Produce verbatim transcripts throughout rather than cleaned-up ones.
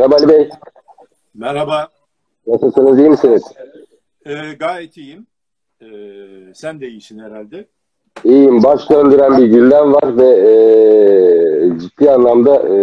Merhaba Ali Bey. Merhaba. Nasılsınız, iyi misiniz? Ee, gayet iyiyim. Ee, sen de iyisin herhalde. İyiyim. Baş döndüren bir gündem var ve e, ciddi anlamda e,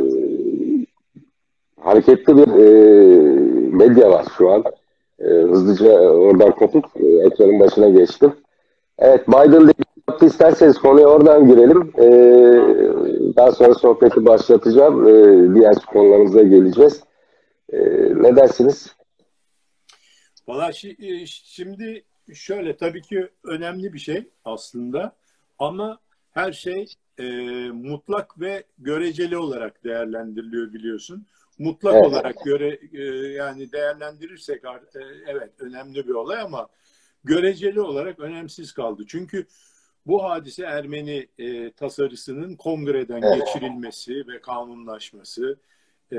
hareketli bir e, medya var şu an. E, hızlıca oradan kopup e, ekranın başına geçtim. Evet, Biden dedi, isterseniz konuya oradan girelim. E, daha sonra sohbeti başlatacağım. E, diğer konularımıza geleceğiz. E, ne dersiniz? Valla şi- e, şimdi şöyle, tabii ki önemli bir şey aslında ama her şey e, mutlak ve göreceli olarak değerlendiriliyor, biliyorsun. Mutlak Evet. olarak göre e, yani değerlendirirsek e, evet önemli bir olay ama göreceli olarak önemsiz kaldı. Çünkü bu hadise Ermeni e, tasarısının kongreden Evet. geçirilmesi ve kanunlaşması, e,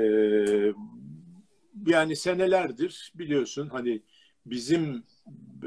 yani senelerdir biliyorsun, hani bizim e,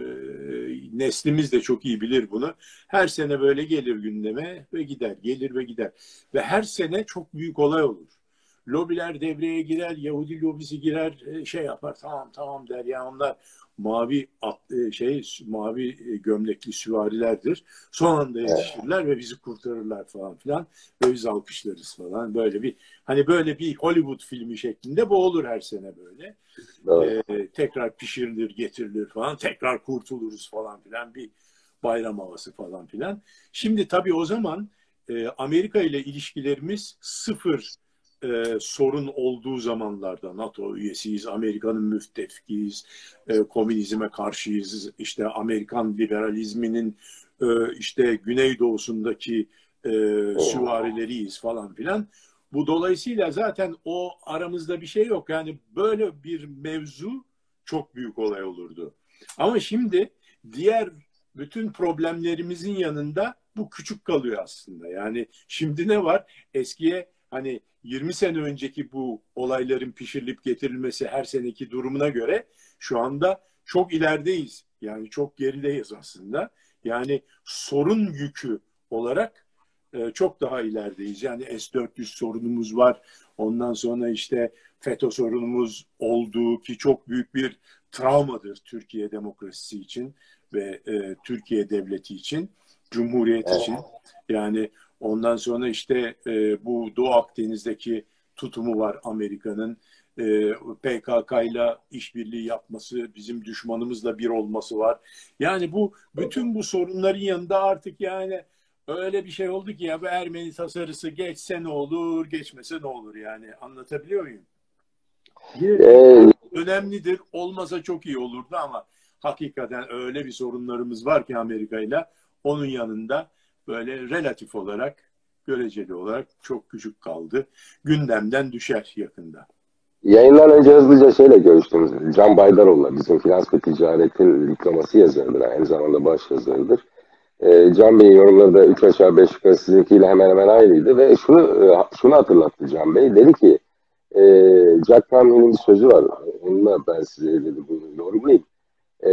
neslimiz de çok iyi bilir bunu. Her sene böyle gelir gündeme ve gider, gelir ve gider. Ve her sene çok büyük olay olur. Lobiler devreye girer, Yahudi lobisi girer, e, şey yapar, tamam tamam der. Yani onlar mavi at, e, şey mavi e, gömlekli süvarilerdir. Son anda yetişirler ve bizi kurtarırlar falan filan ve biz alkışlarız falan. Böyle bir, hani böyle bir Hollywood filmi şeklinde bu olur her sene böyle. Doğru. Ee, tekrar pişirilir, getirilir falan, tekrar kurtuluruz falan filan, bir bayram havası falan filan. Şimdi tabii o zaman e, Amerika ile ilişkilerimiz sıfır e, sorun olduğu zamanlarda, NATO üyesiyiz, Amerika'nın müttefikiyiz, e, komünizme karşıyız, işte Amerikan liberalizminin e, işte güneydoğusundaki e, süvarileriyiz falan filan. Bu dolayısıyla zaten o aramızda bir şey yok. Yani böyle bir mevzu çok büyük olay olurdu. Ama şimdi diğer bütün problemlerimizin yanında bu küçük kalıyor aslında. Yani şimdi ne var? Eskiye, hani yirmi sene önceki bu olayların pişirilip getirilmesi her seneki durumuna göre şu anda çok ilerideyiz. Yani çok gerideyiz aslında. Yani sorun yükü olarak e, çok daha ilerideyiz. Yani S dört yüz sorunumuz var. Ondan sonra işte FETÖ sorunumuz olduğu ki çok büyük bir travmadır Türkiye demokrasisi için ve e, Türkiye devleti için, Cumhuriyet Evet. için. Yani ondan sonra işte e, bu Doğu Akdeniz'deki tutumu var Amerika'nın. E, P K K ile işbirliği yapması, bizim düşmanımızla bir olması var. Yani bu bütün bu sorunların yanında artık yani öyle bir şey oldu ki ya, bu Ermeni tasarısı geçse ne olur, geçmese ne olur, yani anlatabiliyor muyum? Yine de E, önemlidir, olmasa çok iyi olurdu ama hakikaten öyle bir sorunlarımız var ki Amerika'yla, onun yanında böyle relatif olarak, göreceli olarak çok küçük kaldı. Gündemden düşer yakında. Yayından önce hızlıca şeyle görüştüm. Can Baydaroğlu'la, bizim finans ve ticaretin diploması yazarıdır. Aynı zamanda baş yazarıdır. E, Can Bey'in yorumları da üç aşağı beş yukarı sizinkiyle hemen hemen aynıydı. Ve şunu e, şunu hatırlattı Can Bey. Dedi ki e, Jack Canfield'in bir sözü var. Onunla ben size dedi bunu yorumlayayım. E,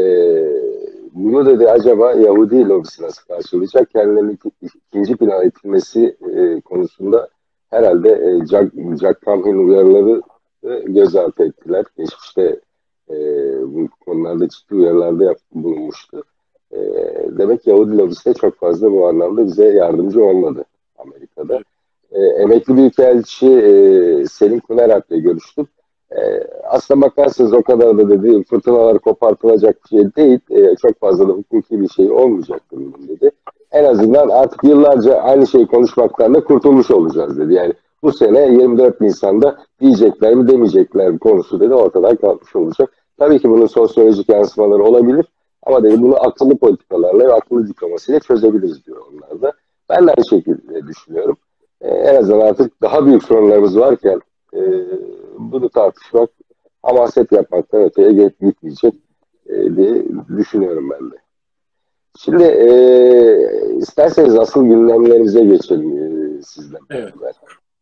bunu dedi acaba Yahudi lobisi nasıl karşılayacak? Kendilerinin ikinci plana itilmesi e, konusunda herhalde e, Jack, Jack Campbell'in uyarıları e, göz ardı ettiler. Geçmişte e, bu konularda ciddi uyarılarda yap, bulunmuştu. E, demek Yahudi lobisi de çok fazla bu anlamda bize yardımcı olmadı Amerika'da. Evet. E, emekli Büyükelçi e, Selim Kunerat'la görüştük. E, aslına bakarsanız o kadar da dedi fırtınalar kopartılacak bir şey değil. E, çok fazla da hukuki bir şey olmayacaktır dedi. En azından artık yıllarca aynı şeyi konuşmaktan da kurtulmuş olacağız dedi. Yani bu sene yirmi dört Nisan'da diyecekler mi demeyecekler mi konusu dedi ortadan kalkmış olacak. Tabii ki bunun sosyolojik yansımaları olabilir ama dedi bunu akıllı politikalarla ve akıllı diplomasiyle çözebiliriz diyor onlar da. Ben de aynı şekilde düşünüyorum. E, en azından artık daha büyük sorunlarımız varken e, bunu tartışmak hamaset yapmaktan öteye gitmeyecek e, diye düşünüyorum ben de. Şimdi e, isterseniz asıl gündemlerimize geçelim e, sizden Evet. beraber.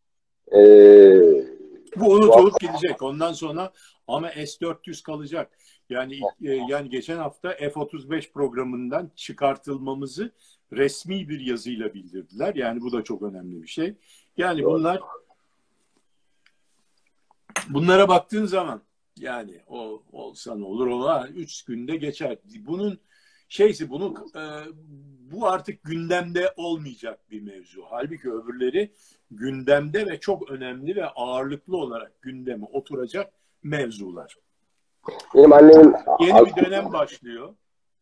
E, Bu bu unutulup hafta gidecek. Ondan sonra ama S dört yüz kalacak. Yani e, yani geçen hafta F otuz beş programından çıkartılmamızı resmi bir yazıyla bildirdiler. Yani bu da çok önemli bir şey. Yani doğru. bunlar bunlara baktığın zaman yani o olsa ne olur, ola üç günde geçer. Bunun şeysi bunu e, bu artık gündemde olmayacak bir mevzu. Halbuki öbürleri gündemde ve çok önemli ve ağırlıklı olarak gündeme oturacak mevzular. Benim annemin Yeni bir dönem başlıyor.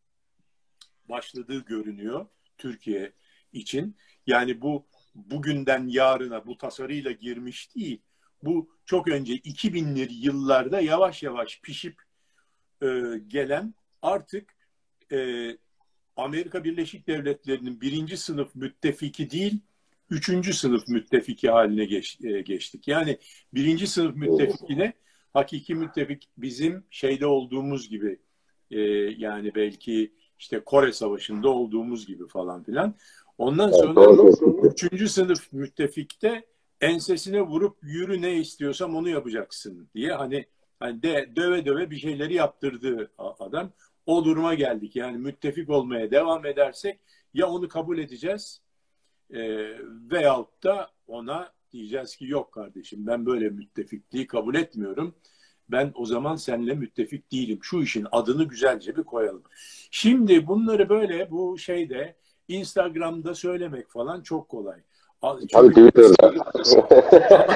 Başladığı görünüyor Türkiye için. Yani bu bugünden yarına bu tasarıyla girmiş değil. Bu çok önce iki binli yıllarda yavaş yavaş pişip e, gelen artık e, Amerika Birleşik Devletleri'nin birinci sınıf müttefiki değil, üçüncü sınıf müttefiki haline geç, e, geçtik. Yani birinci sınıf müttefikine hakiki müttefik bizim şeyde olduğumuz gibi e, yani belki işte Kore Savaşı'nda olduğumuz gibi falan filan. Ondan sonra üçüncü sınıf müttefikte ensesine vurup yürü ne istiyorsam onu yapacaksın diye hani, hani de, döve döve bir şeyleri yaptırdı adam. O duruma geldik. Yani müttefik olmaya devam edersek ya onu kabul edeceğiz e, veyahut da ona diyeceğiz ki yok kardeşim ben böyle müttefikliği kabul etmiyorum. Ben o zaman seninle müttefik değilim. Şu işin adını güzelce bir koyalım. Şimdi bunları böyle bu şeyde Instagram'da söylemek falan çok kolay. Tabii Twitter'da. Ama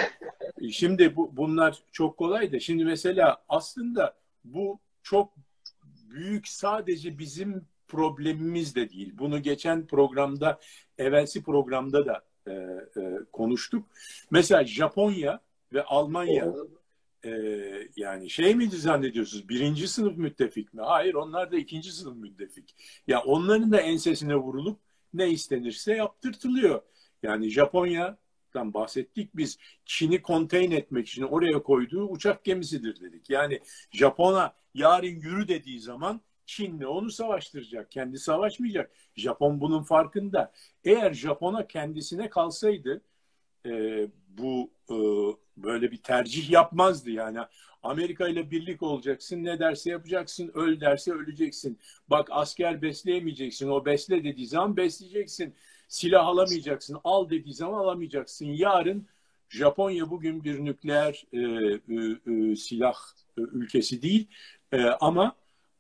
şimdi bu, bunlar çok kolay da şimdi mesela aslında bu çok büyük sadece bizim problemimiz de değil. Bunu geçen programda, evvelsi programda da e, e, konuştuk. Mesela Japonya ve Almanya e, yani şey mi zannediyorsunuz? Birinci sınıf müttefik mi? Hayır, onlar da ikinci sınıf müttefik. Ya onların da ensesine vurulup ne istenirse yaptırtılıyor. Yani Japonya'dan bahsettik biz. Çin'i konteyn etmek için oraya koyduğu uçak gemisidir dedik. Yani Japon'a yarın yürü dediği zaman Çin'le onu savaştıracak. Kendi savaşmayacak. Japon bunun farkında. Eğer Japon'a kendisine kalsaydı e, bu e, böyle bir tercih yapmazdı. Yani Amerika ile birlik olacaksın, ne derse yapacaksın, öl derse öleceksin. Bak asker besleyemeyeceksin, o besle dediği zaman besleyeceksin. Silah alamayacaksın, al dediği zaman alamayacaksın. Yarın Japonya bugün bir nükleer e, e, e, silah e, ülkesi değil e, ama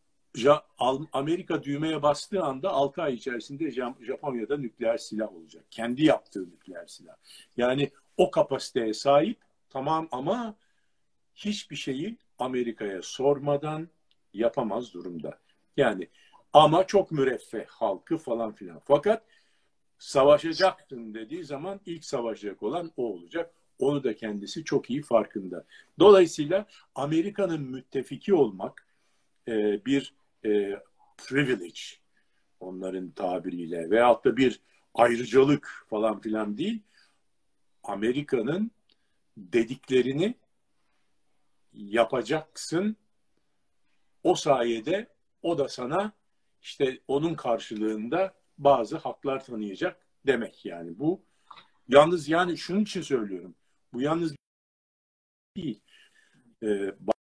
Amerika düğmeye bastığı anda altı ay içerisinde Japonya'da nükleer silah olacak. Kendi yaptığı nükleer silah. Yani o kapasiteye sahip, tamam, ama hiçbir şeyi Amerika'ya sormadan yapamaz durumda. Yani ama çok müreffeh halkı falan filan. Fakat savaşacaksın dediği zaman ilk savaşacak olan o olacak. Onu da kendisi çok iyi farkında. Dolayısıyla Amerika'nın müttefiki olmak e, bir e, privilege onların tabiriyle veyahut da bir ayrıcalık falan filan değil. Amerika'nın dediklerini yapacaksın. O sayede o da sana işte onun karşılığında bazı haklar tanıyacak demek yani. Bu yalnız yani şunun için söylüyorum. Bu yalnız değil. Ee,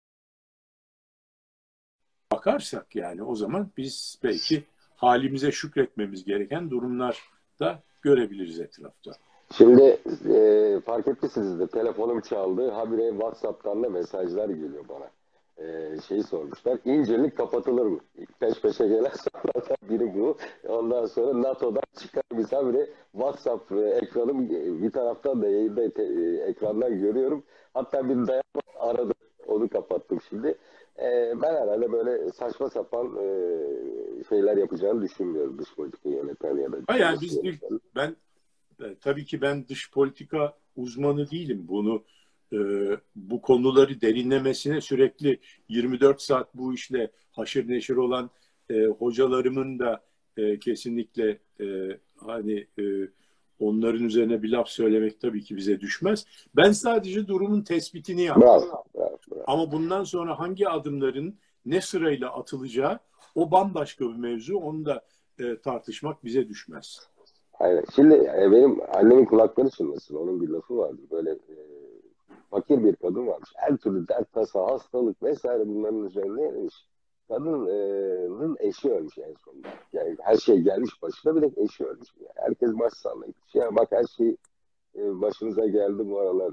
bakarsak yani o zaman biz belki halimize şükretmemiz gereken durumlar da görebiliriz etrafta. Şimdi e, fark etmişsiniz de telefonum çaldı. Habire WhatsApp'tan da mesajlar geliyor bana. E, şeyi sormuşlar. İncirlik kapatılır mı? Peş peşe gelen sorulardan biri bu. Ondan sonra NATO'dan çıkar biz habire WhatsApp e, ekranım e, bir taraftan da yayında te, e, ekrandan görüyorum. Hatta bir dayanma aradı. Onu kapattım şimdi. E, ben herhalde böyle saçma sapan e, şeyler yapacağını düşünmüyorum dış politika yöneten ya da Ha yani biz bir, ben e, tabii ki ben dış politika uzmanı değilim. Bunu e, bu konuları derinlemesine sürekli yirmi dört saat bu işle haşır neşir olan e, hocalarımın da e, kesinlikle e, hani e, onların üzerine bir laf söylemek tabii ki bize düşmez. Ben sadece durumun tespitini yaptım. Bravo, bravo, bravo. Ama bundan sonra hangi adımların ne sırayla atılacağı o bambaşka bir mevzu. Onu da e, tartışmak bize düşmez. Aynen. Şimdi e, benim annemin kulakları çınlasın. Onun bir lafı vardı. Böyle e, fakir bir kadın varmış. Her türlü dert, tasa, hastalık vesaire bunların üzerine erimiş. Kadının eşi ölmüş en sonunda. Yani her şey gelmiş başına, bir de eşi ölmüş. Yani herkes baş sallayıp ya bak her şey e, başınıza geldi bu aralar.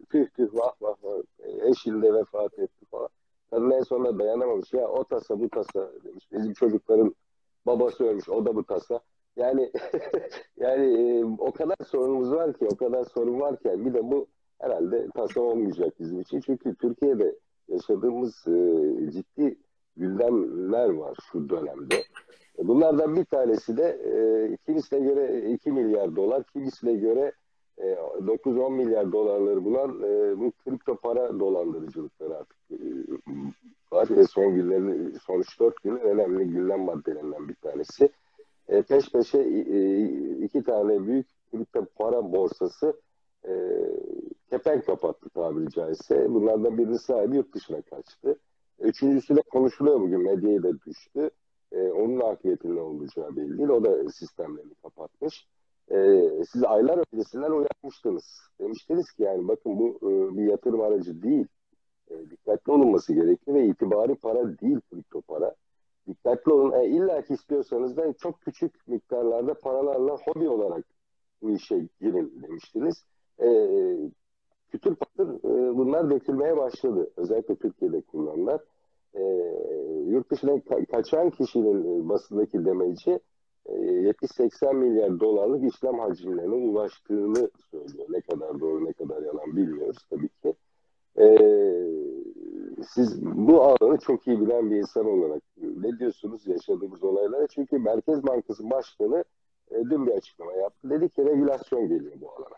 tüh tüh vah vah vah. Eşim de vefat etti falan. Kadın en sonunda dayanamamış. Ya o tasa bu tasa demiş. Bizim çocukların babası ölmüş. O da bu tasa. Yani yani e, o kadar sorunumuz var ki, o kadar sorun varken bir de bu herhalde tasa olmayacak bizim için. Çünkü Türkiye'de yaşadığımız e, ciddi gündemler var şu dönemde. Bunlardan bir tanesi de e, kimisine göre iki milyar dolar, kimisine göre e, dokuz on milyar dolarları bulan e, bu kripto para dolandırıcılıkları artık e, var. E, son günlerin, son üç dört günün önemli gündem maddelerinden bir tanesi. E, peş peşe e, iki tane büyük kripto para borsası e, kepenk kapattı tabiri caizse. Bunlardan birinin sahibi yurt dışına kaçtı. Üçüncüsü de konuşuluyor bugün, medyaya da düştü. E, onun akıbetinin ne olacağı belli değil. O da sistemlerini kapatmış. E, siz aylar öncesinden uyarmıştınız. Demiştiniz ki yani bakın bu e, bir yatırım aracı değil. E, dikkatli olunması gerekli ve itibari para değil kripto para. Dikkatli olun. E, illa ki istiyorsanız da çok küçük miktarlarda paralarla hobi olarak bu işe girin demiştiniz. E, kütür patır e, bunlar dökülmeye başladı. Özellikle Türkiye'de kullanılan. E, yurt dışına ka- kaçan kişinin e, basındaki demeci e, yetmiş seksen milyar dolarlık işlem hacimlerine ulaştığını söylüyor. Ne kadar doğru ne kadar yalan bilmiyoruz tabii ki. E, siz bu alanı çok iyi bilen bir insan olarak ne diyorsunuz yaşadığımız olaylara? Çünkü Merkez Bankası Başkanı e, dün bir açıklama yaptı. Dedi ki regülasyon geliyor bu alana.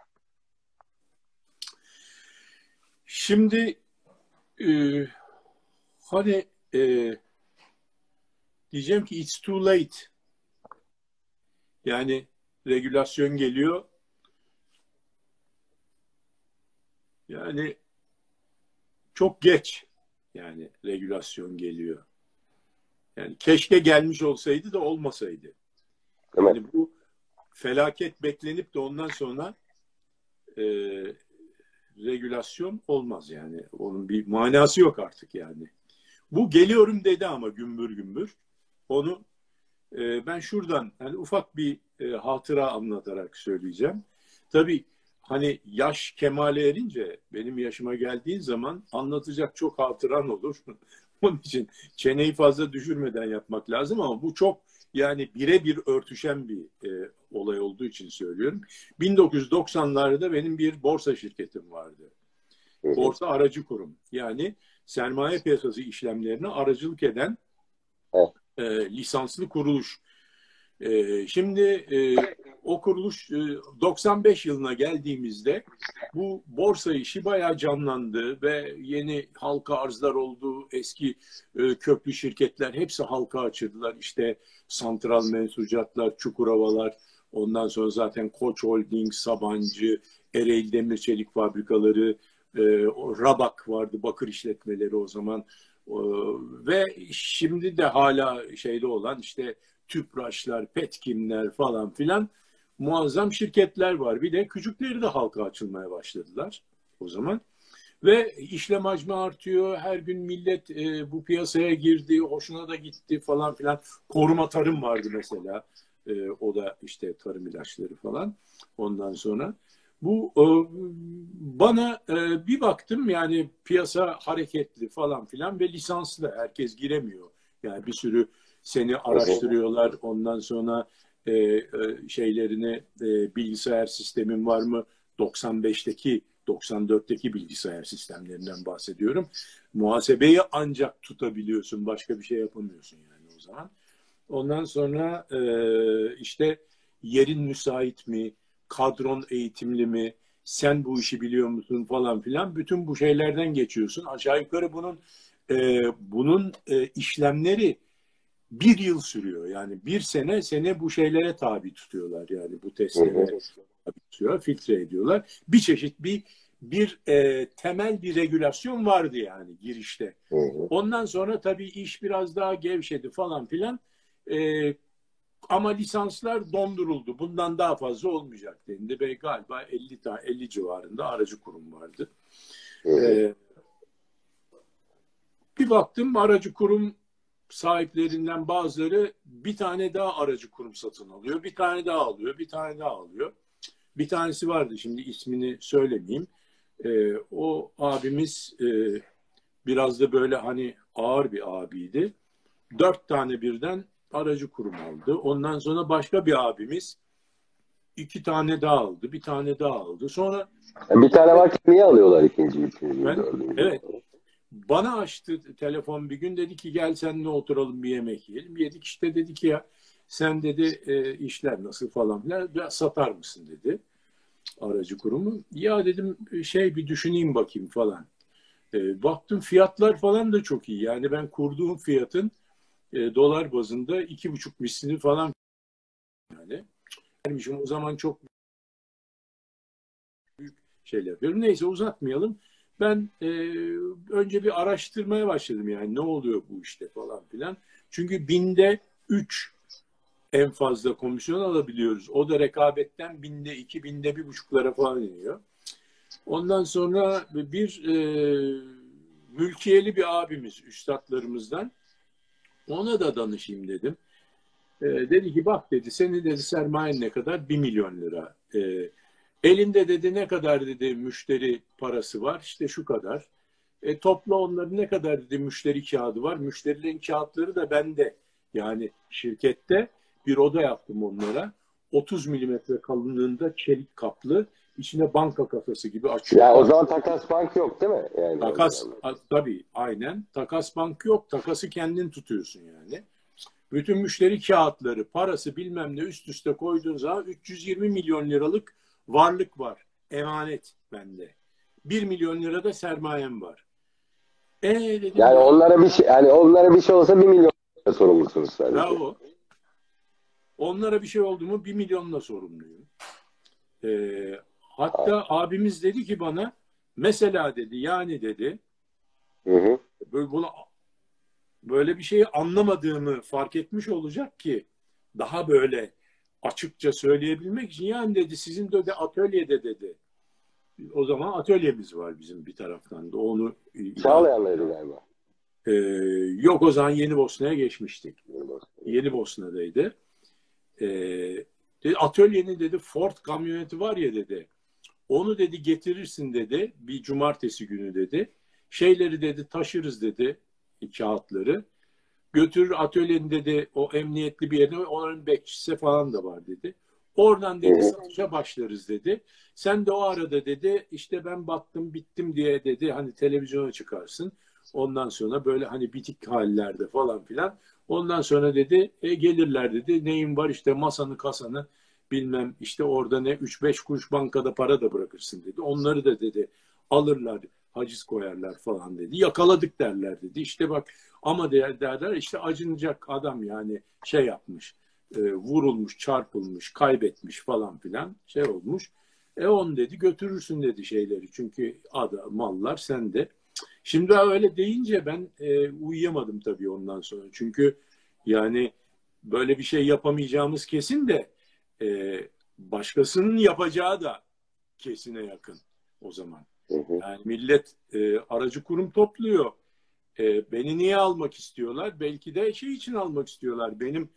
Şimdi e, hani e, diyeceğim ki it's too late. Yani regülasyon geliyor. Yani çok geç. Yani regülasyon geliyor. Yani keşke gelmiş olsaydı da olmasaydı. Yani bu felaket beklenip de ondan sonra e, regülasyon olmaz yani. Onun bir manası yok artık yani. Bu geliyorum dedi ama gümbür gümbür. Onu e, ben şuradan yani ufak bir e, hatıra anlatarak söyleyeceğim. Tabii hani yaş kemale erince benim yaşıma geldiğin zaman anlatacak çok hatıran olur. Onun için çeneyi fazla düşürmeden yapmak lazım ama bu çok yani birebir örtüşen bir e, olay olduğu için söylüyorum. bin dokuz yüz doksanlarda benim bir borsa şirketim vardı. Borsa aracı kurum. Yani sermaye piyasası işlemlerine aracılık eden e, lisanslı kuruluş. E, şimdi e, o kuruluş e, doksan beş yılına geldiğimizde bu borsa işi bayağı canlandı ve yeni halka arzlar oldu. Eski e, köklü şirketler hepsi halka açıldılar. İşte Santral Mensucatlar, Çukurovalar, ondan sonra zaten Koç Holding, Sabancı, Ereğli Demir Çelik Fabrikaları, e, Rabak vardı, bakır işletmeleri o zaman. E, ve şimdi de hala şeyde olan işte Tüpraşlar, Petkimler falan filan muazzam şirketler var. Bir de küçükleri de halka açılmaya başladılar o zaman. Ve işlem hacmi artıyor. Her gün millet e, bu piyasaya girdi, hoşuna da gitti falan filan. Koruma tarım vardı mesela. E, o da işte tarım ilaçları falan. Ondan sonra bu e, bana e, bir baktım yani piyasa hareketli falan filan ve lisanslı. Herkes giremiyor. Yani bir sürü seni araştırıyorlar. Ondan sonra e, e, şeylerini e, bilgisayar sistemin var mı? doksan beşteki doksan dörtteki bilgisayar sistemlerinden bahsediyorum. Muhasebeyi ancak tutabiliyorsun. Başka bir şey yapamıyorsun yani o zaman. Ondan sonra e, işte yerin müsait mi? Kadron eğitimli mi? Sen bu işi biliyor musun falan filan. Bütün bu şeylerden geçiyorsun. Aşağı yukarı bunun e, bunun e, işlemleri bir yıl sürüyor. Yani bir sene sene bu şeylere tabi tutuyorlar. Yani bu testlere tabi tutuyorlar, filtre ediyorlar. Bir çeşit bir bir e, temel bir regülasyon vardı yani girişte. Ondan sonra tabii iş biraz daha gevşedi falan filan. E, ama lisanslar donduruldu. Bundan daha fazla olmayacak denildi ve galiba elli tane elli civarında aracı kurum vardı. E, bir baktım aracı kurum sahiplerinden bazıları bir tane daha aracı kurum satın alıyor. Bir tane daha alıyor. Bir tane daha alıyor. Bir tanesi vardı şimdi ismini söylemeyeyim. E, o abimiz e, biraz da böyle hani ağır bir abiydi. Dört tane birden aracı kurum aldı. Ondan sonra başka bir abimiz iki tane daha aldı. Bir tane daha aldı. Sonra Bir tane varken niye alıyorlar ikinci, üçüncü, ben dördüncü? evet bana açtı telefon bir gün, dedi ki gel seninle oturalım bir yemek yiyelim. Yedik işte, dedi ki ya sen dedi e, işler nasıl falan filan, biraz satar mısın dedi aracı kurumu. Ya dedim şey bir düşüneyim bakayım falan. E, baktım fiyatlar falan da çok iyi. Yani ben kurduğum fiyatın e, dolar bazında iki buçuk mislini falan yani. Vermişim o zaman, çok şeyler yapıyorum. Neyse uzatmayalım. Ben e, önce bir araştırmaya başladım yani ne oluyor bu işte falan filan. Çünkü binde üç en fazla komisyon alabiliyoruz. O da rekabetten binde iki, binde bir buçuklara falan iniyor. Ondan sonra bir e, mülkiyeli bir abimiz, üstadlarımızdan, ona da danışayım dedim. E, dedi ki bak dedi, senin dedi sermayen ne kadar? Bir milyon lira. E, elinde dedi ne kadar dedi müşteri parası var? İşte şu kadar. E, topla onları, ne kadar dedi müşteri kağıdı var? Müşterilerin kağıtları da bende. Yani şirkette bir oda yaptım onlara. otuz milimetre kalınlığında çelik kaplı. İçine banka kafası gibi açıyor. Ya o zaman takas bank yok değil mi? Yani o Takas zaman. tabii aynen. Takas bank yok. Takası kendin tutuyorsun yani. Bütün müşteri kağıtları, parası bilmem ne üst üste koyduğun zaman üç yüz yirmi milyon liralık varlık var. Emanet bende. Bir milyon lirada sermayem var. E dedim Yani ya, onlara bir şey, yani onlara bir şey olsa bir milyon lira sorumlusunuz sadece. bravo. Onlara bir şey oldu mu bir milyonla sorumluyum. E, hatta abimiz dedi ki bana, mesela dedi yani dedi Hı hı. böyle, bunu, böyle bir şeyi anlamadığımı fark etmiş olacak ki daha böyle açıkça söyleyebilmek için, yani dedi sizin de, de atölyede dedi. O zaman atölyemiz var bizim bir taraftan da, onu idare. Çağlayanlardı galiba. Ee, yok o zaman Yeni Bosna'ya geçmiştik. Yeni Bosna'daydı. Ee, dedi, atölyenin dedi Ford kamyoneti var ya dedi. Onu dedi getirirsin dedi bir cumartesi günü dedi. Şeyleri dedi taşırız dedi, kağıtları. Götürür atölyenin dedi o emniyetli bir yerine, onların bekçisi falan da var dedi. Oradan Hı dedi hı. satışa başlarız dedi. Sen de o arada dedi işte ben battım bittim diye dedi hani televizyona çıkarsın. Ondan sonra böyle hani bitik hallerde falan filan. Ondan sonra dedi e, gelirler dedi. Neyin var işte masanı kasanı bilmem işte orada ne üç beş kuruş bankada para da bırakırsın dedi. Onları da dedi alırlar, haciz koyarlar falan dedi. Yakaladık derler dedi. İşte bak ama der, derler işte acınacak adam yani şey yapmış, e, vurulmuş, çarpılmış, kaybetmiş falan filan şey olmuş. E on dedi götürürsün dedi şeyleri. Çünkü ada, mallar sende. Şimdi öyle deyince ben e, uyuyamadım tabii ondan sonra. Çünkü yani böyle bir şey yapamayacağımız kesin de e, başkasının yapacağı da kesine yakın o zaman. Hı hı. Yani millet e, aracı kurum topluyor. E, beni niye almak istiyorlar? Belki de şey için almak istiyorlar. Benim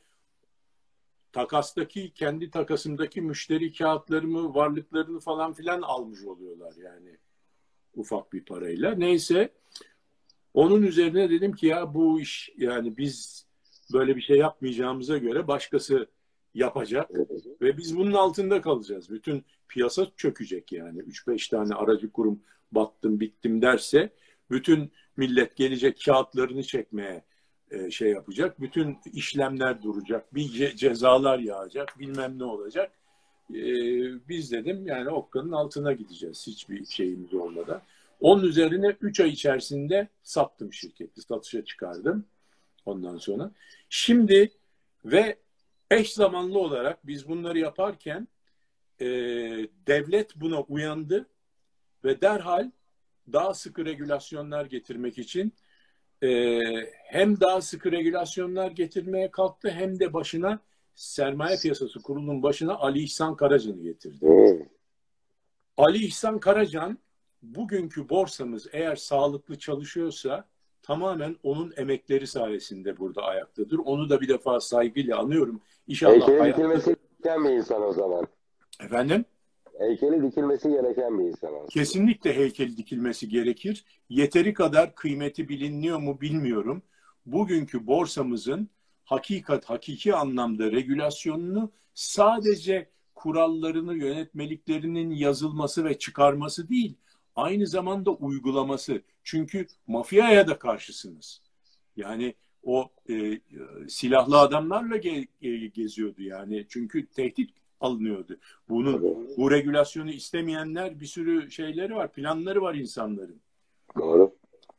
takastaki, kendi takasımdaki müşteri kağıtlarımı, varlıklarını falan filan almış oluyorlar yani ufak bir parayla. Neyse onun üzerine dedim ki ya bu iş yani biz böyle bir şey yapmayacağımıza göre başkası yapacak ve biz bunun altında kalacağız. Bütün piyasa çökecek yani. Üç beş tane aracı kurum battım bittim derse bütün millet gelecek kağıtlarını çekmeye e, şey yapacak. Bütün işlemler duracak. Bir ce- cezalar yağacak. Bilmem ne olacak. E, biz dedim yani okkanın altına gideceğiz hiçbir şeyimiz olmadan. Onun üzerine üç ay içerisinde sattım şirketi. Satışa çıkardım ondan sonra. Şimdi ve eş zamanlı olarak biz bunları yaparken e, devlet buna uyandı ve derhal daha sıkı regülasyonlar getirmek için e, hem daha sıkı regülasyonlar getirmeye kalktı hem de başına Sermaye Piyasası Kurulu'nun başına Ali İhsan Karacan'ı getirdi. Hı. Ali İhsan Karacan bugünkü borsamız eğer sağlıklı çalışıyorsa tamamen onun emekleri sayesinde burada ayaktadır. Onu da bir defa saygıyla anıyorum. İnşallah Heykeli hayatta... dikilmesi gereken bir insan o zaman. Efendim? Heykeli dikilmesi gereken bir insan aslında. Kesinlikle heykeli dikilmesi gerekir. Yeteri kadar kıymeti bilinmiyor mu bilmiyorum. Bugünkü borsamızın hakikat, hakiki anlamda regülasyonunu sadece kurallarını, yönetmeliklerinin yazılması ve çıkarması değil, aynı zamanda uygulaması. Çünkü mafyaya da karşısınız. Yani o e, silahlı adamlarla ge, e, geziyordu yani. Çünkü tehdit alınıyordu. Bunu bu regülasyonu istemeyenler bir sürü şeyleri var, planları var insanların. Doğru.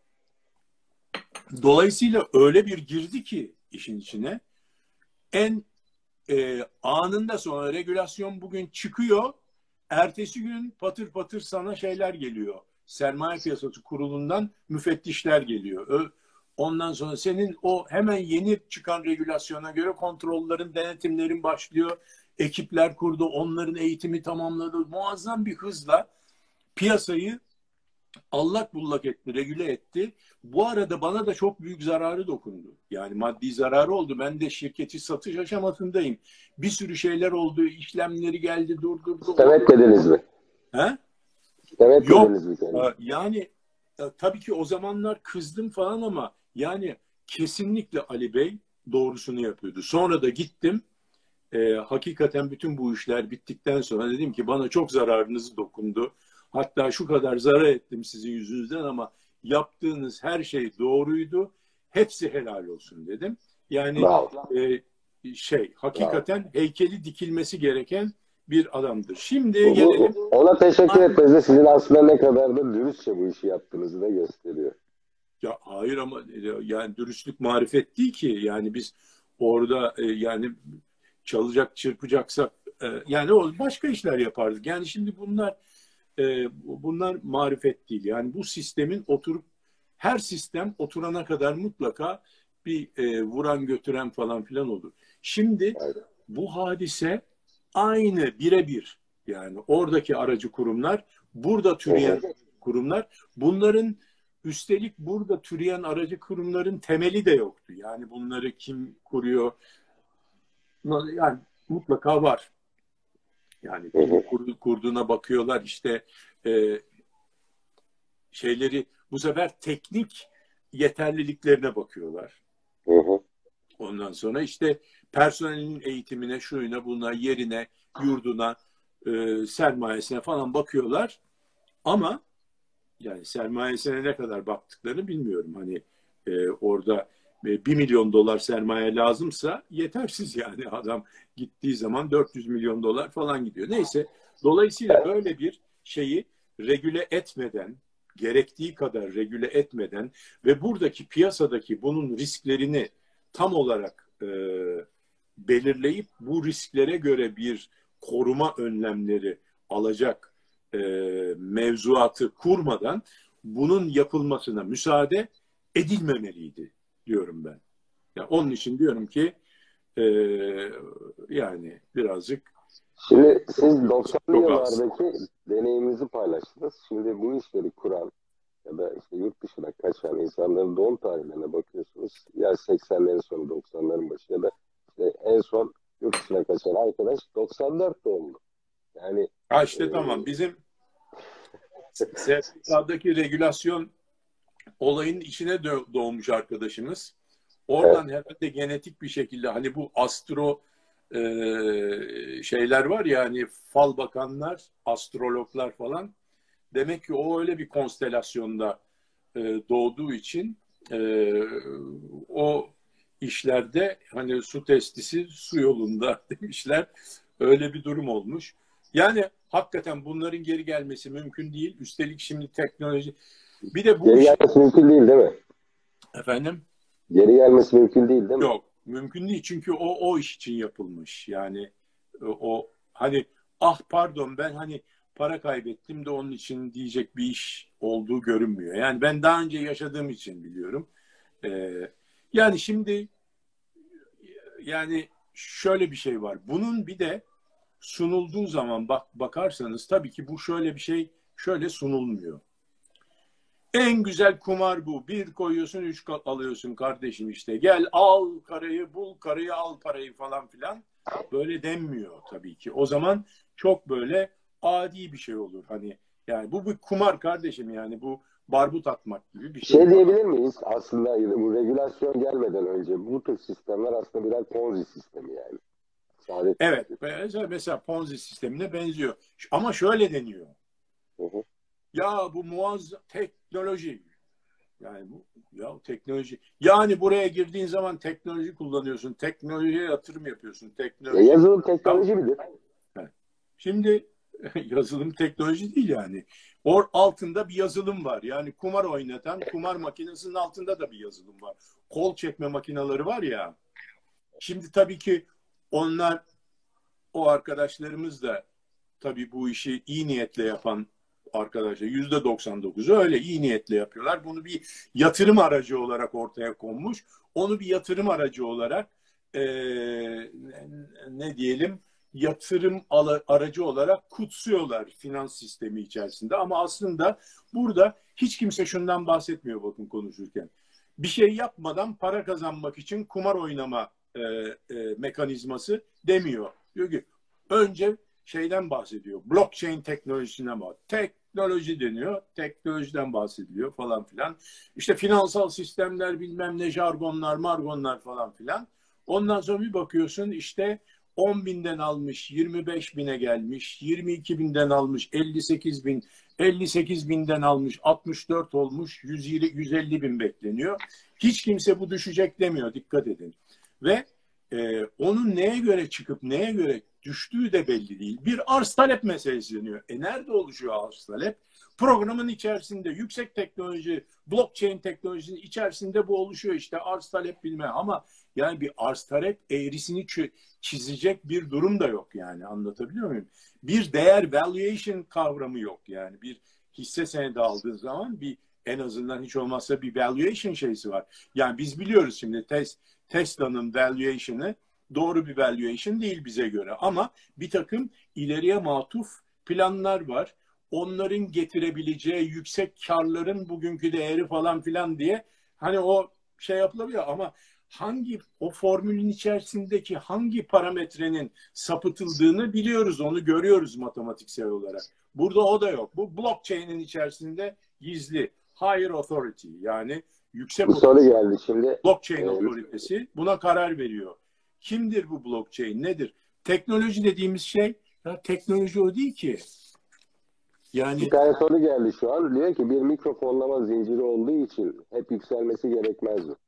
Dolayısıyla öyle bir girdi ki işin içine en e, anında sonra regülasyon bugün çıkıyor. Ertesi gün patır patır sana şeyler geliyor. Sermaye Piyasası Kurulu'ndan müfettişler geliyor. Ondan sonra senin o hemen yeni çıkan regülasyona göre kontrollerin, denetimlerin başlıyor. Ekipler kurdu, onların eğitimi tamamladı. Muazzam bir hızla piyasayı allak bullak etti, regüle etti. Bu arada bana da çok büyük zararı dokundu. Yani maddi zararı oldu. Ben de şirketi satış aşamasındayım. Bir sürü şeyler oldu, işlemleri geldi, durdurdu. Evet dediniz mi? He? Evet Yok. dediniz mi? Yani, yani tabii ki o zamanlar kızdım falan ama yani kesinlikle Ali Bey doğrusunu yapıyordu. Sonra da gittim. E, hakikaten bütün bu işler bittikten sonra dedim ki bana çok zararınız dokundu. Hatta şu kadar zarar ettim sizin yüzünüzden ama yaptığınız her şey doğruydu. Hepsi helal olsun dedim. Yani e, şey hakikaten Bravo. heykeli dikilmesi gereken bir adamdır. Şimdi bu, gelelim. Ona teşekkür etmeniz de sizin aslında ne kadar da dürüstçe bu işi yaptığınızı da gösteriyor. Ya hayır ama yani dürüstlük marifet değil ki. Yani biz orada e, yani çalacak, çırpacaksak e, yani o başka işler yapardık. Yani şimdi bunlar e, bunlar marifet değil. Yani bu sistemin oturup her sistem oturana kadar mutlaka bir e, vuran götüren falan filan olur. Şimdi Aynen. bu hadise aynı birebir. Yani oradaki aracı kurumlar, burada türeyen evet. kurumlar, bunların üstelik burada türeyen aracı kurumların temeli de yoktu. Yani bunları kim kuruyor? Yani mutlaka var. Yani kim kurduğuna bakıyorlar işte e, şeyleri bu sefer teknik yeterliliklerine bakıyorlar. Hı hı. Ondan sonra işte personelin eğitimine, şuyuna, buna, yerine, yurduna, e, sermayesine falan bakıyorlar. Ama yani sermayesine ne kadar baktıklarını bilmiyorum. Hani e, orada e, bir milyon dolar sermaye lazımsa yetersiz yani adam gittiği zaman dört yüz milyon dolar falan gidiyor. Neyse dolayısıyla böyle bir şeyi regüle etmeden, gerektiği kadar regüle etmeden ve buradaki piyasadaki bunun risklerini tam olarak e, belirleyip bu risklere göre bir koruma önlemleri alacak e, mevzuatı kurmadan bunun yapılmasına müsaade edilmemeliydi diyorum ben. Yani onun için diyorum ki e, yani birazcık Şimdi siz doksanlı yıllardaki deneyiminizi paylaştınız. Şimdi bu işleri kuran ya da işte yurt dışına kaçan insanların doğum tarihlerine bakıyorsunuz. Ya seksenlerin sonu doksanların başı ya da işte en son yurt dışına kaçan arkadaş doksan dört doğumlu. Yani ha işte e, tamam bizim S P K'daki regülasyon olayın içine doğmuş arkadaşımız. Oradan evet. herhalde genetik bir şekilde hani bu astro e, şeyler var ya hani fal bakanlar, astrologlar falan. Demek ki o öyle bir konstelasyonda e, doğduğu için e, o işlerde hani su testisi su yolunda demişler. Öyle bir durum olmuş. Yani hakikaten bunların geri gelmesi mümkün değil. Üstelik şimdi teknoloji bir de bu geri gelmesi iş... mümkün değil değil mi? Efendim? Geri gelmesi mümkün değil değil mi? Yok, mümkün değil çünkü o o iş için yapılmış. Yani o hani ah pardon ben hani para kaybettim de onun için diyecek bir iş olduğu görünmüyor. Yani ben daha önce yaşadığım için biliyorum. Ee, yani şimdi yani şöyle bir şey var. Bunun bir de sunulduğu zaman bak bakarsanız tabii ki bu şöyle bir şey şöyle sunulmuyor. En güzel kumar bu. Bir koyuyorsun, üç alıyorsun kardeşim işte. Gel al karayı, bul karayı, al parayı falan filan. Böyle denmiyor tabii ki. O zaman çok böyle adi bir şey olur. Hani yani bu bir kumar kardeşim, yani bu barbut atmak gibi bir şey. Şey diyebilir miyiz? Aslında bu regülasyon gelmeden önce bu tür sistemler aslında birer Ponzi sistemi yani. Saadet Evet. sistemi. Mesela, mesela Ponzi sistemine benziyor. Ama şöyle deniyor. Hı hı. Ya bu muazzam teknoloji. Yani bu ya teknoloji. Yani buraya girdiğin zaman teknoloji kullanıyorsun. Teknolojiye yatırım yapıyorsun. Ya Teknoloji. yazılım Tamam. teknoloji midir? Evet. Şimdi yazılım teknoloji değil yani. Or altında bir yazılım var. Yani kumar oynatan kumar makinesinin altında da bir yazılım var. Kol çekme makineleri var ya. Şimdi tabii ki onlar, o arkadaşlarımız da tabii bu işi iyi niyetle yapan arkadaşlar, yüzde doksan dokuzu öyle iyi niyetle yapıyorlar. Bunu bir yatırım aracı olarak ortaya konmuş. Onu bir yatırım aracı olarak e, ne diyelim, yatırım aracı olarak kutsuyorlar finans sistemi içerisinde. Ama aslında burada hiç kimse şundan bahsetmiyor bakın konuşurken. Bir şey yapmadan para kazanmak için kumar oynama e, e, mekanizması demiyor. Diyor ki önce şeyden bahsediyor. Blockchain teknolojisinden bahsediyor. Teknoloji deniyor. Teknolojiden bahsediliyor falan filan. İşte finansal sistemler, bilmem ne jargonlar, margonlar falan filan. Ondan sonra bir bakıyorsun işte on binden almış, yirmi beş bine gelmiş, yirmi iki binden almış, elli sekiz bin, elli sekiz binden almış, altmış dört olmuş, yüz elli bin bekleniyor. Hiç kimse bu düşecek demiyor, dikkat edin. Ve e, onun neye göre çıkıp neye göre düştüğü de belli değil. Bir arz talep meselesi deniyor. E nerede oluşuyor arz talep? Programın içerisinde, yüksek teknoloji, blockchain teknolojisinin içerisinde bu oluşuyor işte, arz talep bilme. Ama yani bir arz talep eğrisini çizecek bir durum da yok yani, anlatabiliyor muyum? Bir değer valuation kavramı yok yani. Bir hisse senedi aldığın zaman bir, en azından hiç olmazsa bir valuation şeysi var. Yani biz biliyoruz şimdi tes, Tesla'nın valuation'ı doğru bir valuation değil bize göre. Ama bir takım ileriye matuf planlar var. Onların getirebileceği yüksek karların bugünkü değeri falan filan diye hani o şey yapılabiliyor ama hangi o formülün içerisindeki hangi parametrenin sapıtıldığını biliyoruz, onu görüyoruz matematiksel olarak. Burada o da yok. Bu blockchain'in içerisinde gizli higher authority, yani yüksek Bu soru geldi şimdi. blockchain Ee, otoritesi buna karar veriyor. Kimdir bu blockchain? Nedir? Teknoloji dediğimiz şey, ya teknoloji o değil ki. Yani bir tane soru geldi şu an. Diyor ki bir mikrofonlama zinciri olduğu için hep yükselmesi gerekmez mi?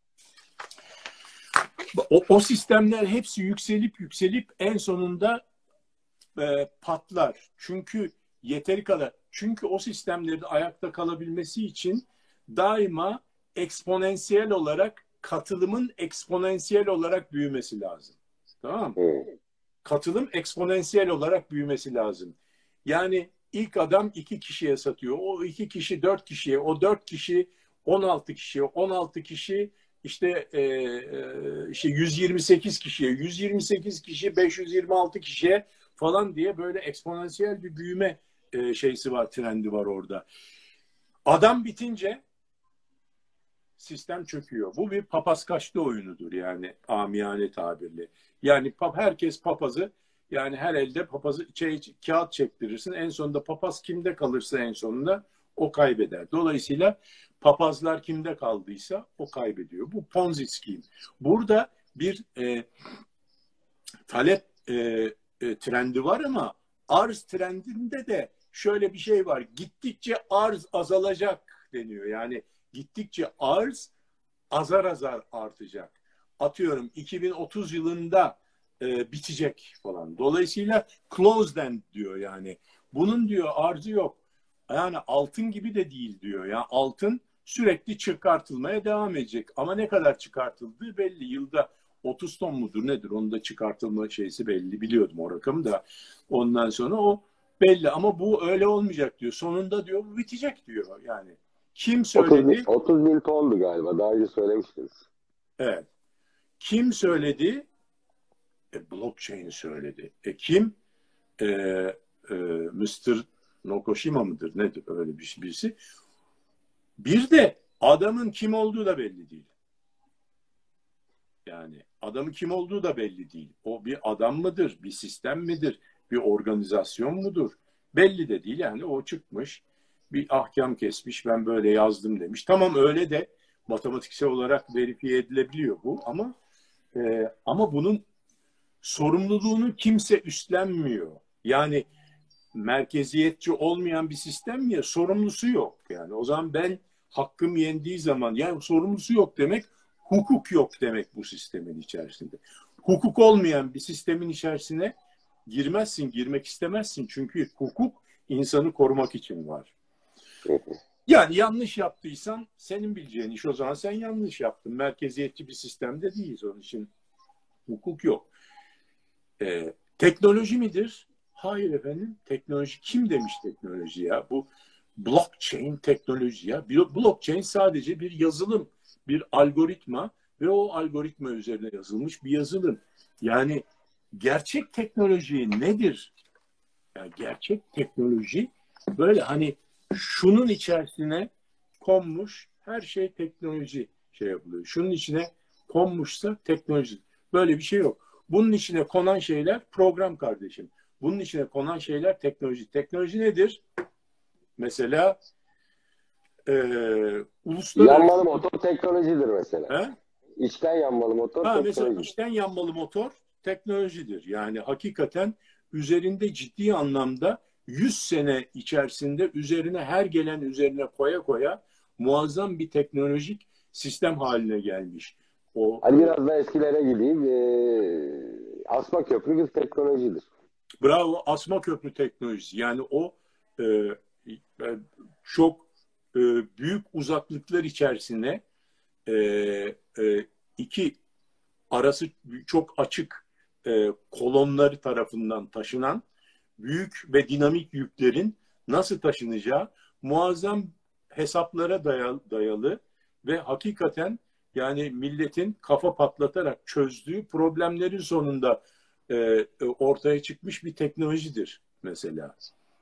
o, o sistemler hepsi yükselip yükselip en sonunda e, patlar. Çünkü yeteri kadar. Çünkü o sistemlerin ayakta kalabilmesi için daima eksponansiyel olarak, katılımın eksponansiyel olarak büyümesi lazım. Tamam mı? Hmm. Katılım eksponansiyel olarak büyümesi lazım. Yani ilk adam iki kişiye satıyor. O iki kişi dört kişiye, o dört kişi on altı kişiye, on altı kişi işte, e, e, işte yüz yirmi sekiz kişiye, yüz yirmi sekiz kişi beş yüz yirmi altı kişiye falan diye böyle eksponansiyel bir büyüme e, şeysi var, trendi var orada. Adam bitince sistem çöküyor. Bu bir papaz kaçtı oyunudur yani, amiyane tabirle. Yani pap, herkes papazı, yani her elde papazı şey, kağıt çektirirsin. En sonunda papaz kimde kalırsa en sonunda o kaybeder. Dolayısıyla papazlar kimde kaldıysa o kaybediyor. Bu Ponzi scheme. Burada bir e, talep e, e, trendi var ama arz trendinde de şöyle bir şey var. Gittikçe arz azalacak deniyor. Yani gittikçe arz azar azar artacak. Atıyorum iki bin otuz yılında e, bitecek falan. Dolayısıyla closed end diyor yani. Bunun diyor arzı yok. Yani altın gibi de değil diyor. Yani altın sürekli çıkartılmaya devam edecek. Ama ne kadar çıkartıldığı belli. Yılda otuz ton mudur nedir? Onun da çıkartılma şeysi belli. Biliyordum o rakamı da. Ondan sonra o belli. Ama bu öyle olmayacak diyor. Sonunda diyor bu bitecek diyor. Yani kim otuz, söyledi? otuz bin tondu galiba. Daha önce söylemiştiniz. Evet. Kim söyledi? E, blockchain söyledi. E kim? E, e, mister Nokoshima mıdır? Nedir? Öyle bir birisi. Bir de adamın kim olduğu da belli değil. Yani adamın kim olduğu da belli değil. O bir adam mıdır? Bir sistem midir? Bir organizasyon mudur? Belli de değil yani, o çıkmış bir ahkam kesmiş, ben böyle yazdım demiş. Tamam, öyle de matematiksel olarak verifiye edilebiliyor bu, ama e, ama bunun sorumluluğunu kimse üstlenmiyor. Yani merkeziyetçi olmayan bir sistem ya, sorumlusu yok. Yani o zaman ben hakkım yendiği zaman, yani sorumlusu yok demek hukuk yok demek bu sistemin içerisinde. Hukuk olmayan bir sistemin içerisine girmezsin, girmek istemezsin. Çünkü hukuk insanı korumak için var. Yani yanlış yaptıysan senin bileceğin iş, o zaman sen yanlış yaptın. Merkeziyetçi bir sistemde değiliz, onun için hukuk yok. Ee, teknoloji midir? Hayır efendim. Teknoloji, kim demiş teknoloji ya? Bu blockchain teknoloji ya. Blockchain sadece bir yazılım, bir algoritma ve o algoritma üzerine yazılmış bir yazılım. Yani gerçek teknoloji nedir? Yani gerçek teknoloji böyle hani şunun içerisine konmuş her şey teknoloji şey yapılıyor. Şunun içine konmuşsa teknoloji. Böyle bir şey yok. Bunun içine konan şeyler program kardeşim. Bunun içine konan şeyler teknoloji. Teknoloji nedir? Mesela e, uluslararası... Yanmalı motor teknolojidir mesela. He? İçten yanmalı motor Ha, teknoloji. mesela içten yanmalı motor teknolojidir. Yani hakikaten üzerinde ciddi anlamda yüz sene içerisinde üzerine her gelen üzerine koya koya muazzam bir teknolojik sistem haline gelmiş. O, Hani biraz da eskilere gideyim. Ee, asma köprü bir teknolojidir. bravo, asma köprü teknolojisi. Yani o e, e, çok e, büyük uzaklıklar içerisine e, e, iki arası çok açık e, kolonları tarafından taşınan büyük ve dinamik yüklerin nasıl taşınacağı muazzam hesaplara dayalı, dayalı ve hakikaten yani milletin kafa patlatarak çözdüğü problemlerin sonunda e, ortaya çıkmış bir teknolojidir mesela.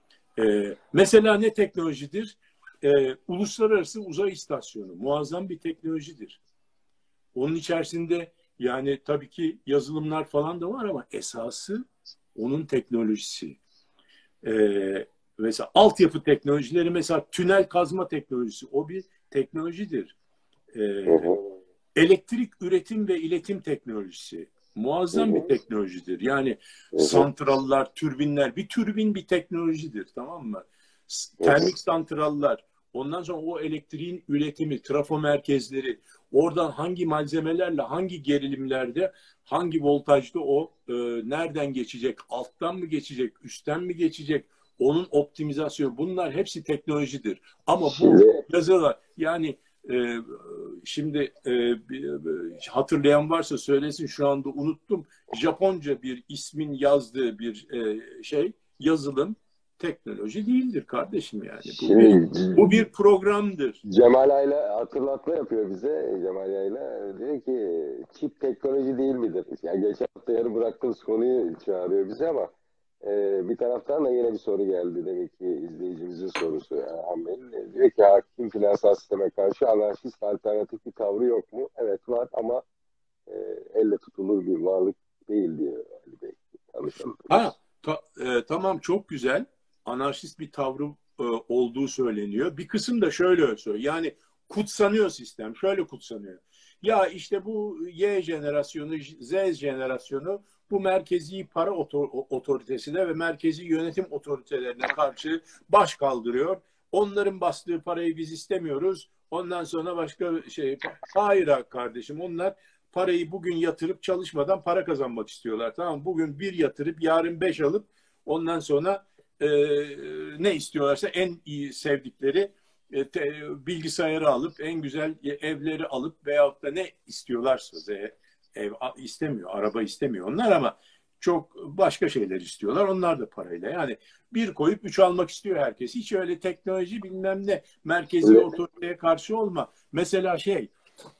E, mesela ne teknolojidir? E, Uluslararası Uzay İstasyonu muazzam bir teknolojidir. Onun içerisinde yani tabii ki yazılımlar falan da var ama esası onun teknolojisi. Ee, mesela altyapı teknolojileri, mesela tünel kazma teknolojisi, o bir teknolojidir. Ee, Hı hı. elektrik üretim ve iletim teknolojisi Hı muazzam bir hı. teknolojidir. Yani Hı hı. santrallar, türbinler, bir türbin bir teknolojidir, tamam mı? Hı hı. Termik santrallar, ondan sonra o elektriğin üretimi, trafo merkezleri, oradan hangi malzemelerle, hangi gerilimlerde, hangi voltajda o e, nereden geçecek, alttan mı geçecek, üstten mi geçecek, onun optimizasyonu, bunlar hepsi teknolojidir. Ama bu Şimdi yazılar yani e, şimdi e, hatırlayan varsa söylesin, şu anda unuttum. Japonca bir ismin yazdığı bir e, şey, yazılım teknoloji değildir kardeşim yani. Bu bir şimdi bu bir programdır. Cemal Ayla hatırlatma yapıyor bize. Cemal Ayla diyor ki çip teknoloji değil midir? Yani geçen hafta yarım bıraktığımız konuyu çağırıyor bize ama e, bir taraftan da yine bir soru geldi. Demek ki izleyicimizin sorusu. Erhan Bey'in. Diyor ki hakim finansal sisteme karşı anarşist alternatif bir tavrı yok mu? Evet var ama e, elle tutulur bir varlık değil diyor Ali Bey. Yanlış Ha, anlatılıyorsun. ta- e, tamam, çok güzel. Anarşist bir tavrı e, olduğu söyleniyor. Bir kısım da şöyle söylüyor. Yani kutsanıyor sistem. Şöyle kutsanıyor. Ya işte bu Y jenerasyonu, Z jenerasyonu bu merkezi para otor- otoritesine ve merkezi yönetim otoritelerine karşı baş kaldırıyor. Onların bastığı parayı biz istemiyoruz. Ondan sonra başka şey. Hayır kardeşim, onlar parayı bugün yatırıp çalışmadan para kazanmak istiyorlar. Tamam mı? Bugün bir yatırıp yarın beş alıp ondan sonra e, ne istiyorlarsa en iyi sevdikleri e, te, bilgisayarı alıp en güzel evleri alıp veyahut da ne istiyorlarsa ev, ev istemiyor, araba istemiyor onlar, ama çok başka şeyler istiyorlar. Onlar da parayla. Yani bir koyup üç almak istiyor herkes. Hiç öyle teknoloji bilmem ne merkezi Şimdi otoriteye karşı olma. Mesela şey,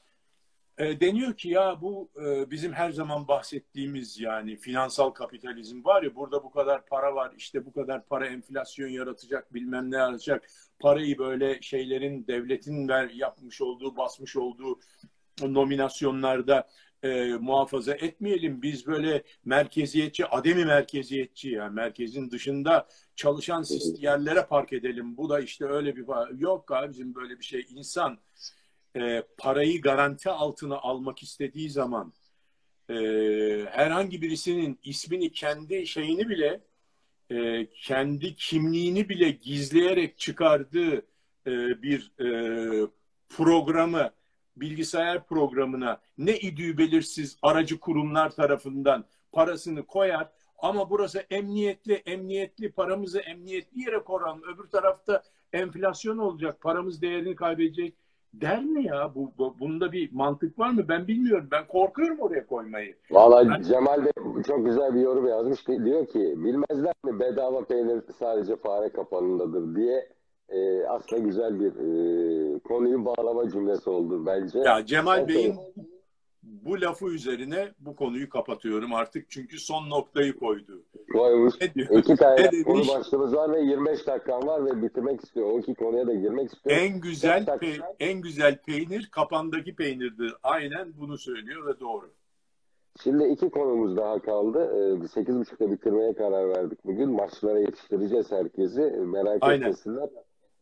e, deniyor ki ya bu e, bizim her zaman bahsettiğimiz yani finansal kapitalizm var ya, burada bu kadar para var, işte bu kadar para enflasyon yaratacak, bilmem ne yaratacak, parayı böyle şeylerin, devletin ver, yapmış olduğu, basmış olduğu nominasyonlarda e, muhafaza etmeyelim. Biz böyle merkeziyetçi, ademi merkeziyetçi, yani merkezin dışında çalışan yerlere park edelim. Bu da işte öyle bir yok abicim, böyle bir şey. İnsan e, parayı garanti altına almak istediği zaman e, herhangi birisinin ismini, kendi şeyini bile, e, kendi kimliğini bile gizleyerek çıkardığı e, bir e, programı, bilgisayar programına ne idüğü belirsiz aracı kurumlar tarafından parasını koyar. Ama burası emniyetli, emniyetli, paramızı emniyetli yere koyalım. Öbür tarafta enflasyon olacak, paramız değerini kaybedecek der mi ya? Bu, bu, bunda bir mantık var mı? Ben bilmiyorum. Ben korkuyorum oraya koymayı. Valla Ben, Cemal de çok güzel bir yorum yazmış. Diyor ki bilmezler mi bedava peynir sadece fare kapanındadır diye. E, aslında güzel bir e, konuyu bağlama cümlesi oldu bence. ya Cemal Ben Bey'in seni bu lafı üzerine bu konuyu kapatıyorum artık, çünkü son noktayı koydu. koymuş. Ne diyor? İki tane Ne konu demiş? başlığımız var ve yirmi beş dakikam var ve bitirmek istiyor. O iki konuya da girmek istiyorum. En güzel pe en güzel peynir kapandaki peynirdir. Aynen bunu söylüyor ve doğru. Şimdi iki konumuz daha kaldı. Ee, sekiz buçukta bitirmeye karar verdik bugün. Maçlara yetiştireceğiz herkesi. Merak Aynen. etmesinler.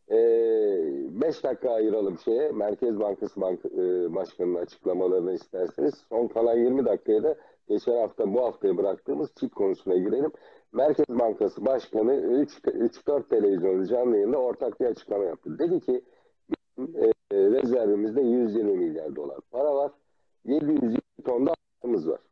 Ee, beş dakika ayıralım şeye. Merkez Bankası Bank e, Başkanı'nın açıklamalarını isterseniz. Son kalan yirmi dakikaya da geçen hafta bu haftaya bıraktığımız çip konusuna girelim. Merkez Bankası Başkanı üç dört televizyonda canlı yayında ortak bir açıklama yaptı. Dedi ki e, rezervimizde yüz yirmi milyar dolar para var. yedi yüz yirmi ton da altımız var.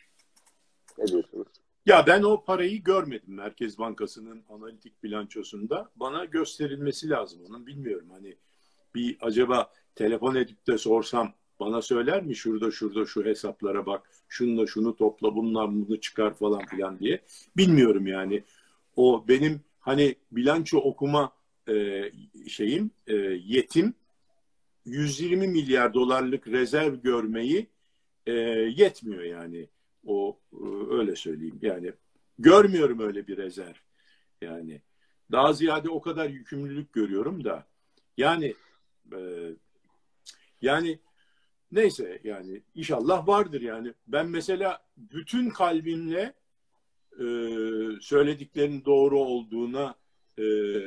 Ne diyorsunuz? Ya ben o parayı görmedim Merkez Bankası'nın analitik bilançosunda. Bana gösterilmesi lazım onun, bilmiyorum. Hani bir acaba telefon edip de sorsam bana söyler mi? Şurada şurada şu hesaplara bak, şunla şunu topla, bundan bunu çıkar falan filan diye. Bilmiyorum yani. O benim hani bilanço okuma e, şeyim, e, yetim yüz yirmi milyar dolarlık rezerv görmeyi e, yetmiyor yani. O e, öyle söyleyeyim. Yani görmüyorum öyle bir rezerv. Yani daha ziyade o kadar yükümlülük görüyorum da. Yani e, yani neyse, yani inşallah vardır yani. Ben mesela bütün kalbimle e, söylediklerinin doğru olduğuna e,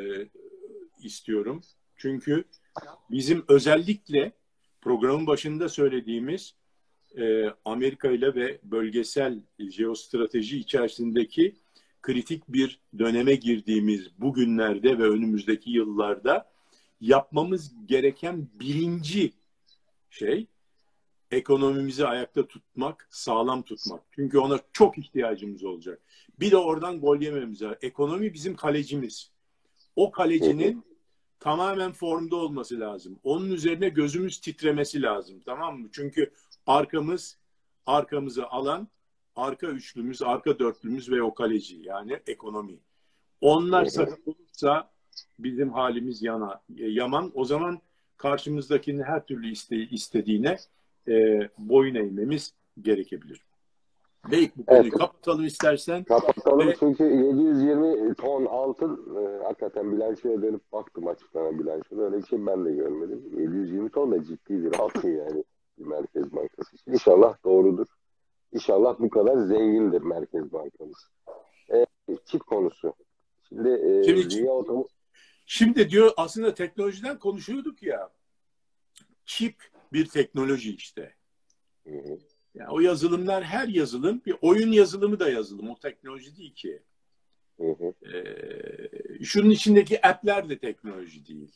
istiyorum. Çünkü bizim özellikle programın başında söylediğimiz e, Amerika ile ve bölgesel jeostrateji içerisindeki kritik bir döneme girdiğimiz bugünlerde ve önümüzdeki yıllarda yapmamız gereken birinci şey ekonomimizi ayakta tutmak, sağlam tutmak. Çünkü ona çok ihtiyacımız olacak. Bir de oradan gol yememiz lazım. Ekonomi bizim kalecimiz. O kalecinin tamamen formda olması lazım. Onun üzerine gözümüz titremesi lazım. Tamam mı? Çünkü arkamız, arkamızı alan arka üçlümüz, arka dörtlümüz ve o kaleci, yani ekonomi. Onlar sakat olursa bizim halimiz yana, yaman. O zaman karşımızdakinin her türlü iste, istediğine e, boyun eğmemiz gerekebilir. Bey, bu konuyu Evet. kapatalım istersen. Kapatalım Ve, çünkü yedi yüz yirmi ton altın e, hakikaten bilançoya dönüp baktım, açıklanan bilançoda. Öyle bir şey ben de görmedim. yedi yüz yirmi ton da ciddi bir altın yani bir Merkez Bankası için. İnşallah doğrudur. İnşallah bu kadar zengindir Merkez Bankamız. E, çip konusu. Şimdi, e, şimdi, dünya otomu... şimdi diyor aslında teknolojiden konuşuyorduk ya. Çip bir teknoloji işte. Hı hı. Yani o yazılımlar, her yazılım, bir oyun yazılımı da yazılım. O teknoloji değil ki. Hı hı. Ee, şunun içindeki app'ler de teknoloji değil.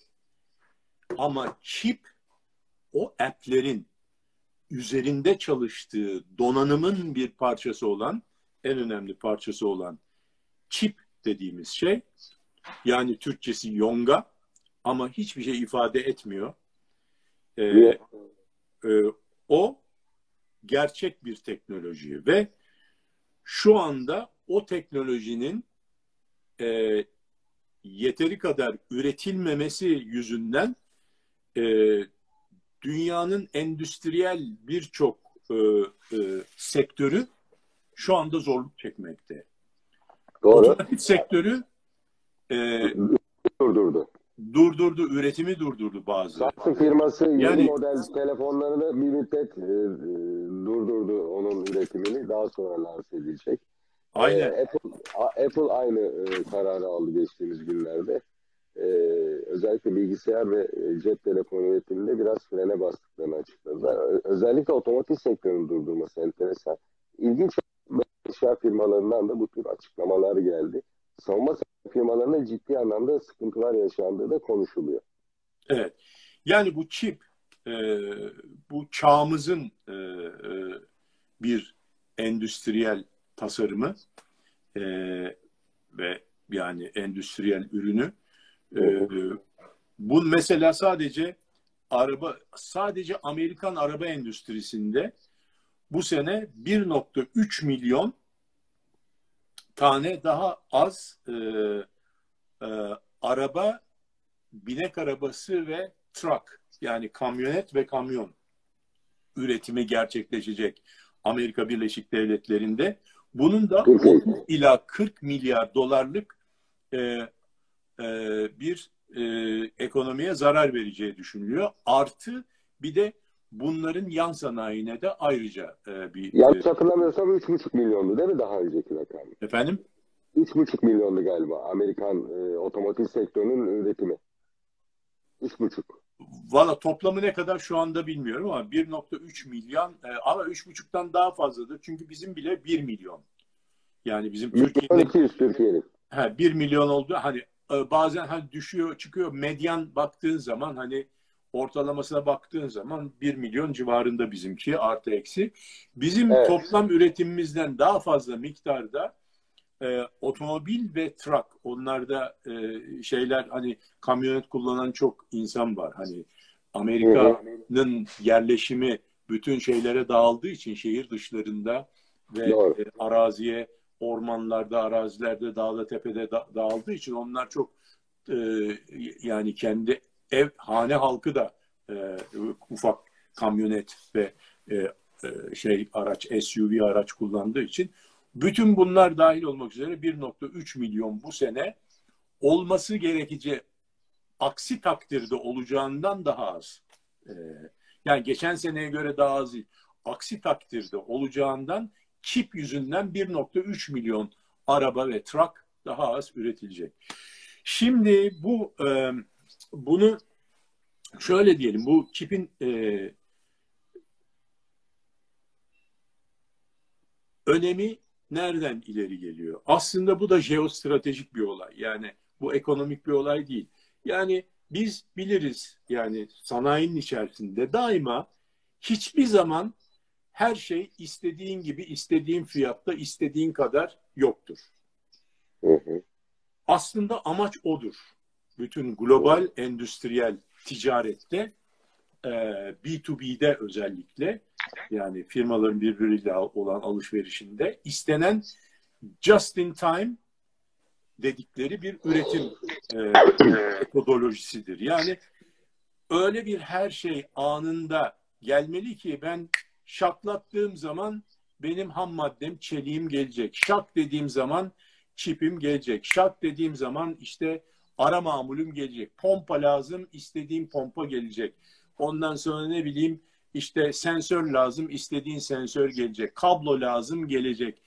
Ama çip o app'lerin üzerinde çalıştığı donanımın bir parçası olan, en önemli parçası olan çip dediğimiz şey, yani Türkçesi yonga ama hiçbir şey ifade etmiyor. Ee, e, o gerçek bir teknoloji ve şu anda o teknolojinin e, yeteri kadar üretilmemesi yüzünden e, dünyanın endüstriyel birçok e, e, sektörü şu anda zorluk çekmekte. Doğru. Otomotiv sektörü e, Durdurdu. durdurdu, üretimi durdurdu bazı. Samsung firması yeni Yani model telefonlarını bir müddet e, e, durdurdu onun üretimini. Daha sonra lanse edilecek. E, aynen. Apple, A- Apple aynı e, kararı aldı geçtiğimiz günlerde. E, Özellikle bilgisayar ve e, cep telefonu üretiminde biraz frene bastıklarını açıkladılar. Ö- özellikle otomotiv sektörünün durdurması enteresan. İlginç, eşya firmalarından da bu tür açıklamalar geldi. Savunma firmalarının ciddi anlamda sıkıntılar yaşandığı da konuşuluyor. Evet. Yani bu çip e, bu çağımızın e, e, bir endüstriyel tasarımı e, ve yani endüstriyel ürünü. Hı E, hı. bu mesela sadece araba sadece Amerikan araba endüstrisinde bu sene bir nokta üç milyon tane daha az e, e, araba, binek arabası ve truck, yani kamyonet ve kamyon üretimi gerçekleşecek Amerika Birleşik Devletleri'nde. Bunun da Türkiye. otuz ila kırk milyar dolarlık e, e, bir e, ekonomiye zarar vereceği düşünülüyor. Artı bir de bunların yan sanayine de ayrıca e, bir e, Yanlış hatırlamıyorsam üç buçuk milyondu değil mi daha önceki rakam? efendim üç buçuk milyondu galiba Amerikan e, otomotiv sektörünün üretimi. üç buçuk. valla toplamı ne kadar şu anda bilmiyorum ama bir nokta üç milyon e, ama üç buçuktan daha fazladır. Çünkü bizim bile bir milyon. Yani bizim milyon Türkiye'nin iki yüz Türkiye'nin. he, bir milyon oldu. Hani e, bazen hani düşüyor çıkıyor. Medyan baktığın zaman hani ortalamasına baktığın zaman bir milyon civarında bizimki artı eksi. Bizim Evet. toplam üretimimizden daha fazla miktarda e, otomobil ve truck. Onlarda e, şeyler hani kamyonet kullanan çok insan var. Hani Hı hı. Amerika'nın yerleşimi bütün şeylere dağıldığı için şehir dışlarında ve Doğru. e, araziye, ormanlarda, arazilerde, dağda, tepede da, dağıldığı için onlar çok e, yani kendi ev, hane halkı da e, ufak kamyonet ve e, e, şey araç, S U V araç kullandığı için bütün bunlar dahil olmak üzere bir nokta üç milyon bu sene olması gerekeceği, aksi takdirde olacağından daha az. Ee, yani geçen seneye göre daha az değil. Aksi takdirde olacağından çip yüzünden bir nokta üç milyon araba ve truck daha az üretilecek. Şimdi bu e, bunu şöyle diyelim, bu çipin e, önemi nereden ileri geliyor? Aslında bu da jeostratejik bir olay. Yani bu ekonomik bir olay değil. Yani biz biliriz, yani sanayinin içerisinde daima hiçbir zaman her şey istediğin gibi, istediğin fiyatta, istediğin kadar yoktur. Hı hı. Aslında amaç odur. Bütün Hı global endüstriyel ticarette, e, B iki B'de özellikle, yani firmaların birbiriyle olan alışverişinde istenen just in time dedikleri bir üretim e, metodolojisidir. Yani öyle bir her şey anında gelmeli ki ben şaklattığım zaman benim ham maddem, çeliğim gelecek. Şak dediğim zaman çipim gelecek. Şak dediğim zaman işte ara mamulüm gelecek. Pompa lazım, istediğim pompa gelecek. Ondan sonra ne bileyim işte sensör lazım, istediğin sensör gelecek. Kablo lazım, gelecek.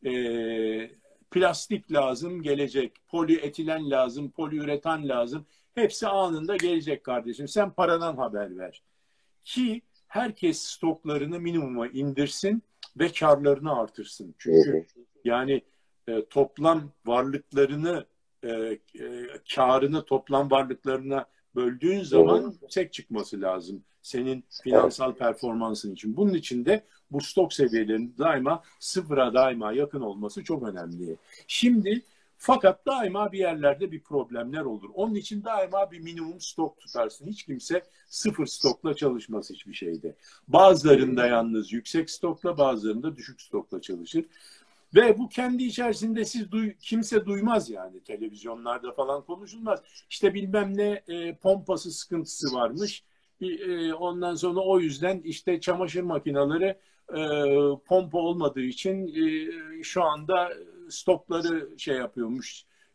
Ee, plastik lazım, gelecek. Polietilen lazım, poliüretan lazım. Hepsi anında gelecek kardeşim. Sen paradan haber ver. Ki herkes stoklarını minimuma indirsin ve karlarını artırsın. Çünkü hı. yani e, toplam varlıklarını e, e, karını toplam varlıklarına böldüğün Hı hı. zaman yüksek çıkması lazım senin Evet. finansal performansın için. Bunun için de bu stok seviyelerinin daima sıfıra daima yakın olması çok önemli. Şimdi fakat daima bir yerlerde bir problemler olur. Onun için daima bir minimum stok tutarsın. Hiç kimse sıfır stokla çalışmaz hiçbir şeyde. Bazılarında yalnız yüksek stokla, bazılarında düşük stokla çalışır. Ve bu kendi içerisinde siz duy, kimse duymaz yani, televizyonlarda falan konuşulmaz. İşte bilmem ne e, pompası sıkıntısı varmış. E, ondan sonra o yüzden işte çamaşır makineleri e, pompa olmadığı için e, şu anda stokları şey yapıyormuş.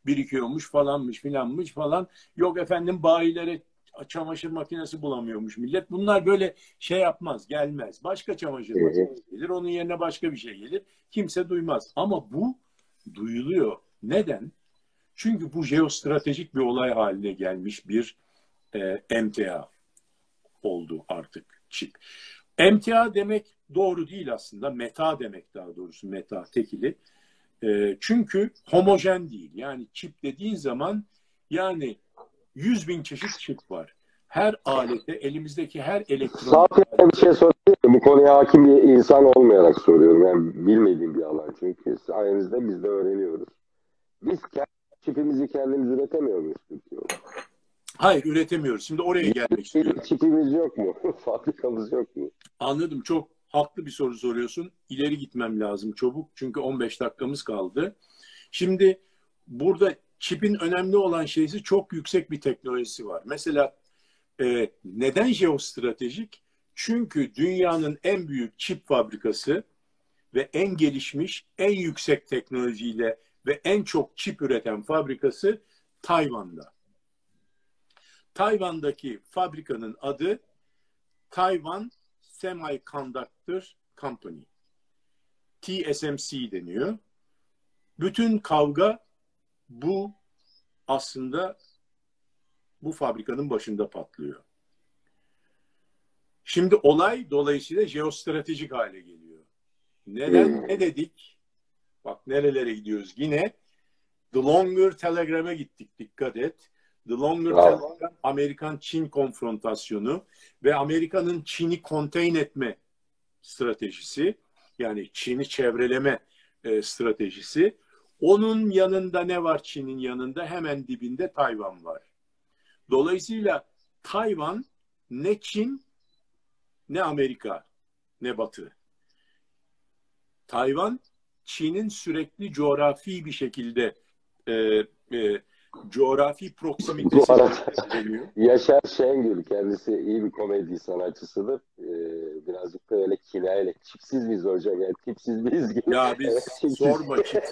birikiyormuş falanmış filanmış falan. Yok efendim bayilere çamaşır makinesi bulamıyormuş millet. Bunlar böyle şey yapmaz, gelmez. Başka çamaşır Hı hı. makinesi gelir, onun yerine başka bir şey gelir. Kimse duymaz. Ama bu duyuluyor. Neden? Çünkü bu jeostratejik bir olay haline gelmiş bir e, emtia oldu artık çip. Emtia demek doğru değil aslında. Meta demek daha doğrusu. Meta tekili. E, çünkü homojen değil. Yani çip dediğin zaman yani yüz bin çeşit çip var. Her alete, elimizdeki her elektronik Sağ bir şey sorayım. Bu konuya hakim bir insan olmayarak soruyorum. Yani bilmediğim bir alan çünkü. Sayenizde biz de öğreniyoruz. Biz kendi çipimizi kendimiz üretemiyor muyuz Türkiye olarak? Hayır, üretemiyoruz. Şimdi oraya gelmek istiyorum. Çipimiz yok mu? Fabrikamız yok mu? Anladım. Çok haklı bir soru soruyorsun. İleri gitmem lazım çabuk. Çünkü on beş dakikamız kaldı. Şimdi burada çipin önemli olan şeysi çok yüksek bir teknolojisi var. Mesela e, neden jeostratejik? Çünkü dünyanın en büyük çip fabrikası ve en gelişmiş, en yüksek teknolojiyle ve en çok çip üreten fabrikası Tayvan'da. Tayvan'daki fabrikanın adı Taiwan Semiconductor Company. T S M C deniyor. Bütün kavga bu aslında bu fabrikanın başında patlıyor. Şimdi olay dolayısıyla jeostratejik hale geliyor. Neden? Ne dedik? Bak nerelere gidiyoruz yine. The Longer Telegram'a gittik, dikkat et. The Longer Telegram, Amerikan-Çin konfrontasyonu ve Amerika'nın Çin'i konteyn etme stratejisi, yani Çin'i çevreleme e, stratejisi. Onun yanında ne var Çin'in yanında? Hemen dibinde Tayvan var. Dolayısıyla Tayvan ne Çin, ne Amerika, ne Batı. Tayvan, Çin'in sürekli coğrafi bir şekilde e, e, coğrafi proksimitesi deniyor. Yaşar Şengül kendisi iyi bir komedi sanatçısıdır. Ee, birazcık da öyle kinayeli. Çipsiz miyiz hocam? Yani tipsiz miyiz gibi. Ya biz Evet, çipsiz. sorma çipsiz.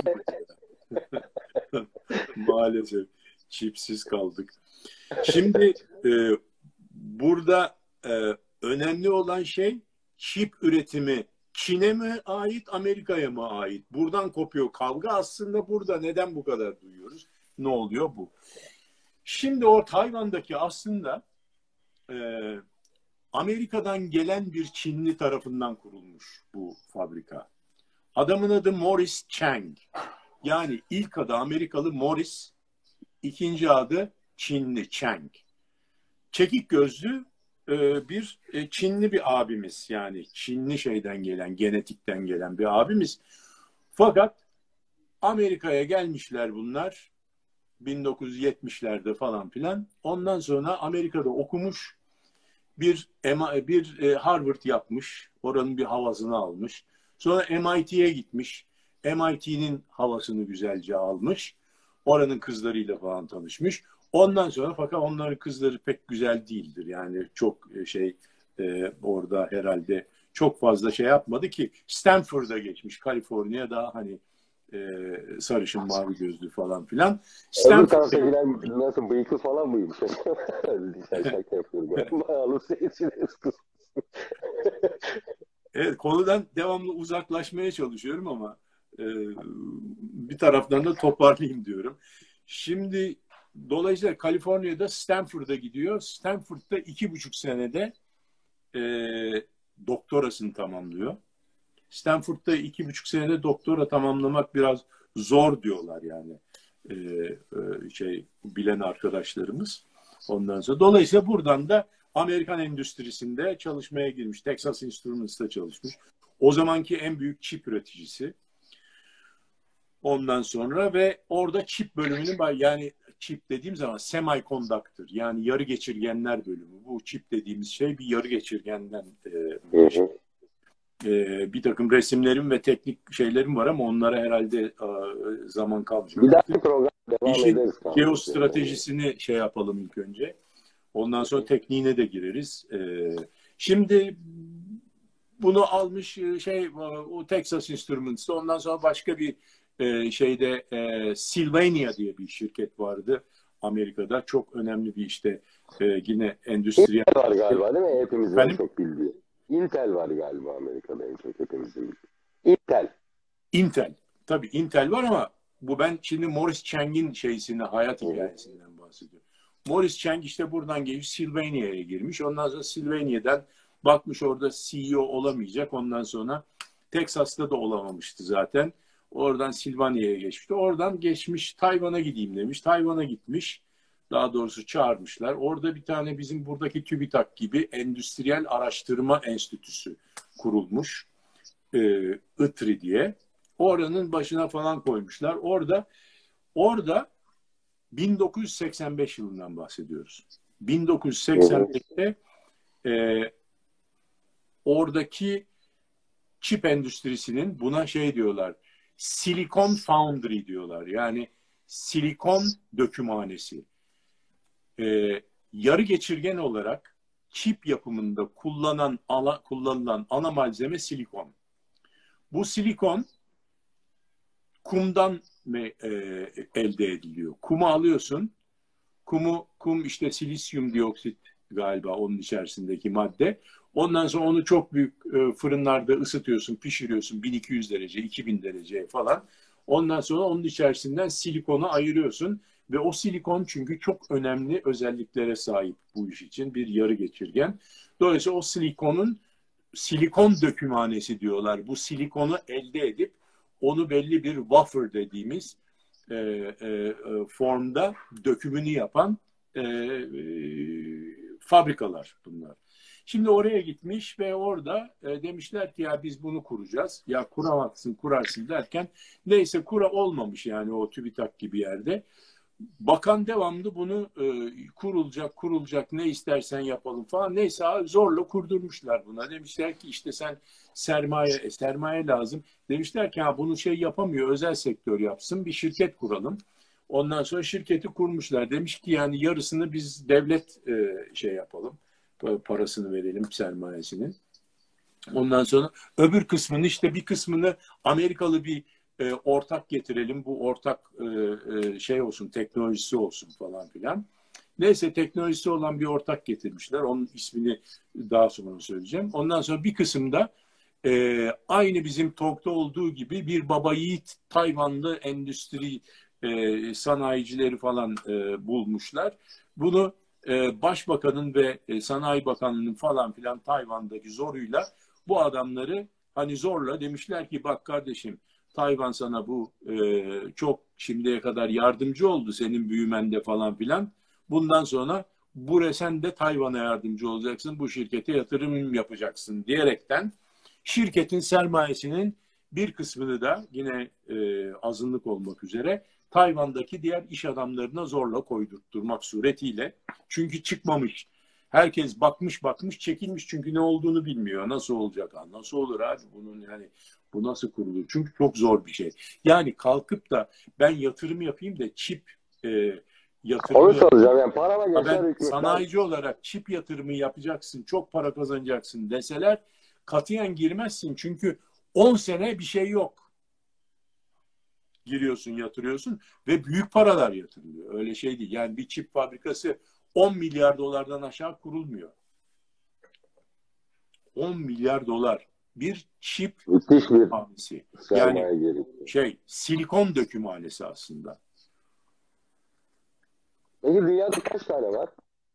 Maalesef çipsiz kaldık. Şimdi e, burada e, önemli olan şey çip üretimi Çin'e mi ait, Amerika'ya mı ait? Buradan kopuyor kavga aslında burada. Neden bu kadar duyuyoruz? Ne oluyor bu? Şimdi o Tayvan'daki aslında e, Amerika'dan gelen bir Çinli tarafından kurulmuş bu fabrika. Adamın adı Morris Chang. Yani ilk adı Amerikalı Morris, ikinci adı Çinli Chang. Çekik gözlü e, bir e, Çinli bir abimiz, yani Çinli şeyden gelen, genetikten gelen bir abimiz. Fakat Amerika'ya gelmişler bunlar bin dokuz yüz yetmişlerde falan filan. Ondan sonra Amerika'da okumuş, bir bir e, Harvard yapmış, oranın bir havasını almış. Sonra M I T'ye gitmiş, M I T'nin havasını güzelce almış. Oranın kızlarıyla falan tanışmış. Ondan sonra fakat onların kızları pek güzel değildir. Yani çok şey e, orada herhalde çok fazla şey yapmadı ki Stanford'a geçmiş. Kaliforniya'da hani e, sarışın mavi gözlü falan filan. Öbür tarafta giden nasıl bıyıklı falan mıymış? Şaka yapıyorum. Bayağı Evet, konudan devamlı uzaklaşmaya çalışıyorum ama e, bir taraftan da toparlayayım diyorum. Şimdi dolayısıyla Kaliforniya'da Stanford'a gidiyor. Stanford'da iki buçuk senede e, doktorasını tamamlıyor. Stanford'da iki buçuk senede doktora tamamlamak biraz zor diyorlar yani e, e, şey bilen arkadaşlarımız. Ondan sonra dolayısıyla buradan da Amerikan endüstrisinde çalışmaya girmiş. Texas Instruments'ta çalışmış. O zamanki en büyük çip üreticisi. Ondan sonra ve orada çip bölümünün var. Yani çip dediğim zaman semiconductor, yani yarı geçirgenler bölümü. Bu çip dediğimiz şey bir yarı geçirgenden e, şey. e, bir takım resimlerim ve teknik şeylerim var ama onlara herhalde e, zaman kalmayacak. Bir dahaki program devam İşin ederiz. geostratejisini şey yapalım ilk önce. Ondan sonra tekniğine de gireriz. E, şimdi bunu almış şey o Texas Instruments'ta, ondan sonra başka bir e, şeyde e, Sylvania diye bir şirket vardı Amerika'da. Çok önemli bir işte e, yine endüstriyel. Intel var galiba değil mi? Hepimizin en Efendim? çok bildiği. Intel var galiba Amerika'da en çok hepimizin bildiği. Intel. Intel. Tabii Intel var ama bu ben şimdi Morris Chang'in şeysini, hayat Hı hı. hikayesinden bahsediyorum. Morris Chang işte buradan gelmiş Sylvania'ya girmiş. Ondan sonra Sylvania'dan bakmış orada C E O olamayacak. Ondan sonra Texas'ta da olamamıştı zaten. Oradan Sylvania'ya geçmişti. Oradan geçmiş Tayvan'a gideyim demiş. Tayvan'a gitmiş. Daha doğrusu çağırmışlar. Orada bir tane bizim buradaki TÜBİTAK gibi Endüstriyel Araştırma Enstitüsü kurulmuş. E, I T R I diye. Oranın başına falan koymuşlar. Orada orada bin dokuz yüz seksen beş yılından bahsediyoruz. Hı hı. bin dokuz yüz seksen beşte e, oradaki çip endüstrisinin buna şey diyorlar. Silikon Foundry diyorlar. Yani silikon dökümhanesi. E, yarı geçirgen olarak çip yapımında kullanan ala, kullanılan ana malzeme silikon. Bu silikon kumdan me, e, elde ediliyor. Kumu alıyorsun. Kumu, kum işte silisyum dioksit galiba onun içerisindeki madde. Ondan sonra onu çok büyük e, fırınlarda ısıtıyorsun, pişiriyorsun bin iki yüz derece, iki bin derece falan. Ondan sonra onun içerisinden silikonu ayırıyorsun ve o silikon çünkü çok önemli özelliklere sahip bu iş için bir yarı geçirgen. Dolayısıyla o silikonun silikon dökümhanesi diyorlar. Bu silikonu elde edip onu belli bir wafer dediğimiz e, e, formda dökümünü yapan e, e, fabrikalar bunlar. Şimdi oraya gitmiş ve orada e, demişler ki ya biz bunu kuracağız. Ya kuramazsın kurarsın derken neyse kura olmamış yani o TÜBİTAK gibi yerde. Bakan devamlı bunu e, kurulacak kurulacak ne istersen yapalım falan. Neyse abi zorla kurdurmuşlar buna. Demişler ki işte sen sermaye e, sermaye lazım. Demişler ki ha bunu şey yapamıyor özel sektör yapsın bir şirket kuralım. Ondan sonra şirketi kurmuşlar. Demiş ki yani yarısını biz devlet e, şey yapalım. Parasını verelim sermayesinin. Ondan sonra öbür kısmını işte bir kısmını Amerikalı bir e, ortak getirelim. Bu ortak e, e, şey olsun, teknolojisi olsun falan filan. Neyse teknolojisi olan bir ortak getirmişler. Onun ismini daha sonra söyleyeceğim. Ondan sonra bir kısımda e, aynı bizim TOG'da olduğu gibi bir baba yiğit Tayvanlı endüstri e, sanayicileri falan e, bulmuşlar. Bunu e, Başbakanın ve e, Sanayi Bakanlığı'nın falan filan Tayvan'daki zoruyla bu adamları hani zorla demişler ki bak kardeşim Tayvan sana bu e, çok şimdiye kadar yardımcı oldu senin büyümende falan filan. Bundan sonra bu sen de Tayvan'a yardımcı olacaksın. Bu şirkete yatırım yapacaksın diyerekten şirketin sermayesinin bir kısmını da yine e, azınlık olmak üzere Tayvan'daki diğer iş adamlarına zorla koydurtturmak suretiyle çünkü çıkmamış. Herkes bakmış bakmış çekilmiş çünkü ne olduğunu bilmiyor. Nasıl olacak? Nasıl olur abi bunun yani bu nasıl kurulur? Çünkü çok zor bir şey. Yani kalkıp da ben yatırım yapayım da çip e, yatırımı Onu yapayım. soracağım. Yani parama Ha geçer ben hükümetler. sanayici olarak çip yatırımı yapacaksın, çok para kazanacaksın deseler katiyen girmezsin. Çünkü on sene bir şey yok. Giriyorsun, yatırıyorsun ve büyük paralar yatırılıyor. Öyle şey değil. Yani bir çip fabrikası on milyar dolardan aşağı kurulmuyor. on milyar dolar bir çip Müthiş bir hamisi. Yani sermaye gerekiyor. şey silikon dökümhanesi aslında. Peki dünyada kaç tane var?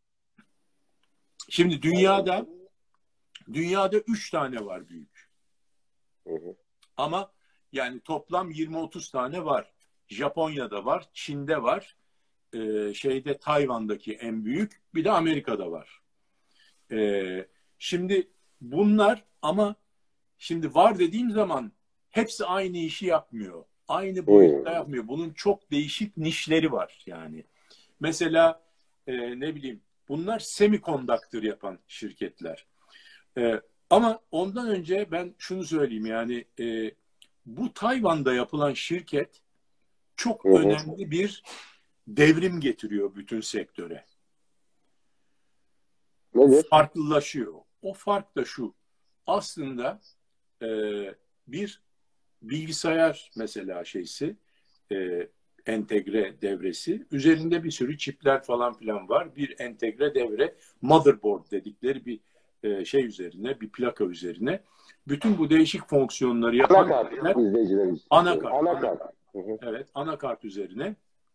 Şimdi Tayvan. dünyada dünyada üç tane var büyük. Hı hı. Ama yani toplam yirmi otuz tane var. Japonya'da var, Çin'de var, e, şeyde Tayvan'daki en büyük, bir de Amerika'da var. E, şimdi bunlar ama şimdi var dediğim zaman hepsi aynı işi yapmıyor. Aynı boyutta Hı. yapmıyor. Bunun çok değişik nişleri var yani. Mesela e, ne bileyim bunlar semikondaktör yapan şirketler. E, ama ondan önce ben şunu söyleyeyim yani e, bu Tayvan'da yapılan şirket çok Hı hı. önemli bir devrim getiriyor bütün sektöre. Nedir? Farklılaşıyor. O fark da şu. Aslında e, bir bilgisayar mesela şeysi, e, entegre devresi. Üzerinde bir sürü çipler falan filan var. Bir entegre devre, motherboard dedikleri bir e, şey üzerine, bir plaka üzerine. Bütün bu değişik fonksiyonları yapan Anakart çipler, izleyicilerimiz için söyleyeyim. anakart, Anakart. anakart. Hı hı. Evet, anakart üzerine.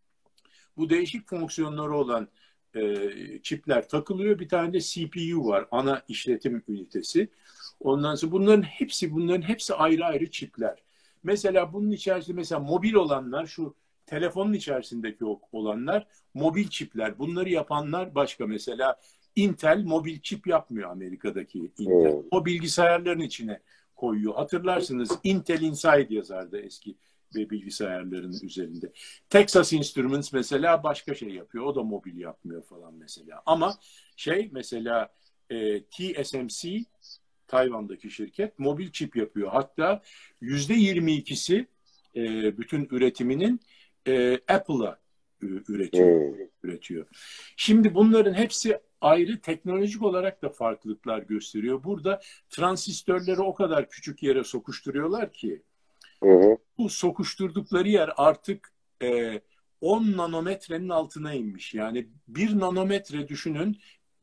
Bu değişik fonksiyonları olan e, çipler takılıyor. Bir tane de C P U var, ana işletim ünitesi. Ondan sonra bunların hepsi bunların hepsi ayrı ayrı çipler. Mesela bunun içerisinde mesela mobil olanlar, şu telefonun içerisindeki olanlar mobil çipler. Bunları yapanlar başka. Mesela Intel mobil çip yapmıyor, Amerika'daki Intel. Hı. O bilgisayarların içine koyuyor. Hatırlarsınız, Intel Inside yazardı eski ve bilgisayarların üzerinde. Texas Instruments mesela başka şey yapıyor. O da mobil yapmıyor falan mesela. Ama şey mesela e, T S M C, Tayvan'daki şirket, mobil çip yapıyor. Hatta yüzde yirmi ikisi e, bütün üretiminin e, Apple'a e, üretiyor. Hı. üretiyor. Şimdi bunların hepsi ayrı, teknolojik olarak da farklılıklar gösteriyor. Burada transistörleri o kadar küçük yere sokuşturuyorlar ki Hı hı. bu sokuşturdukları yer artık e, on nanometrenin altına inmiş. Yani bir nanometre düşünün,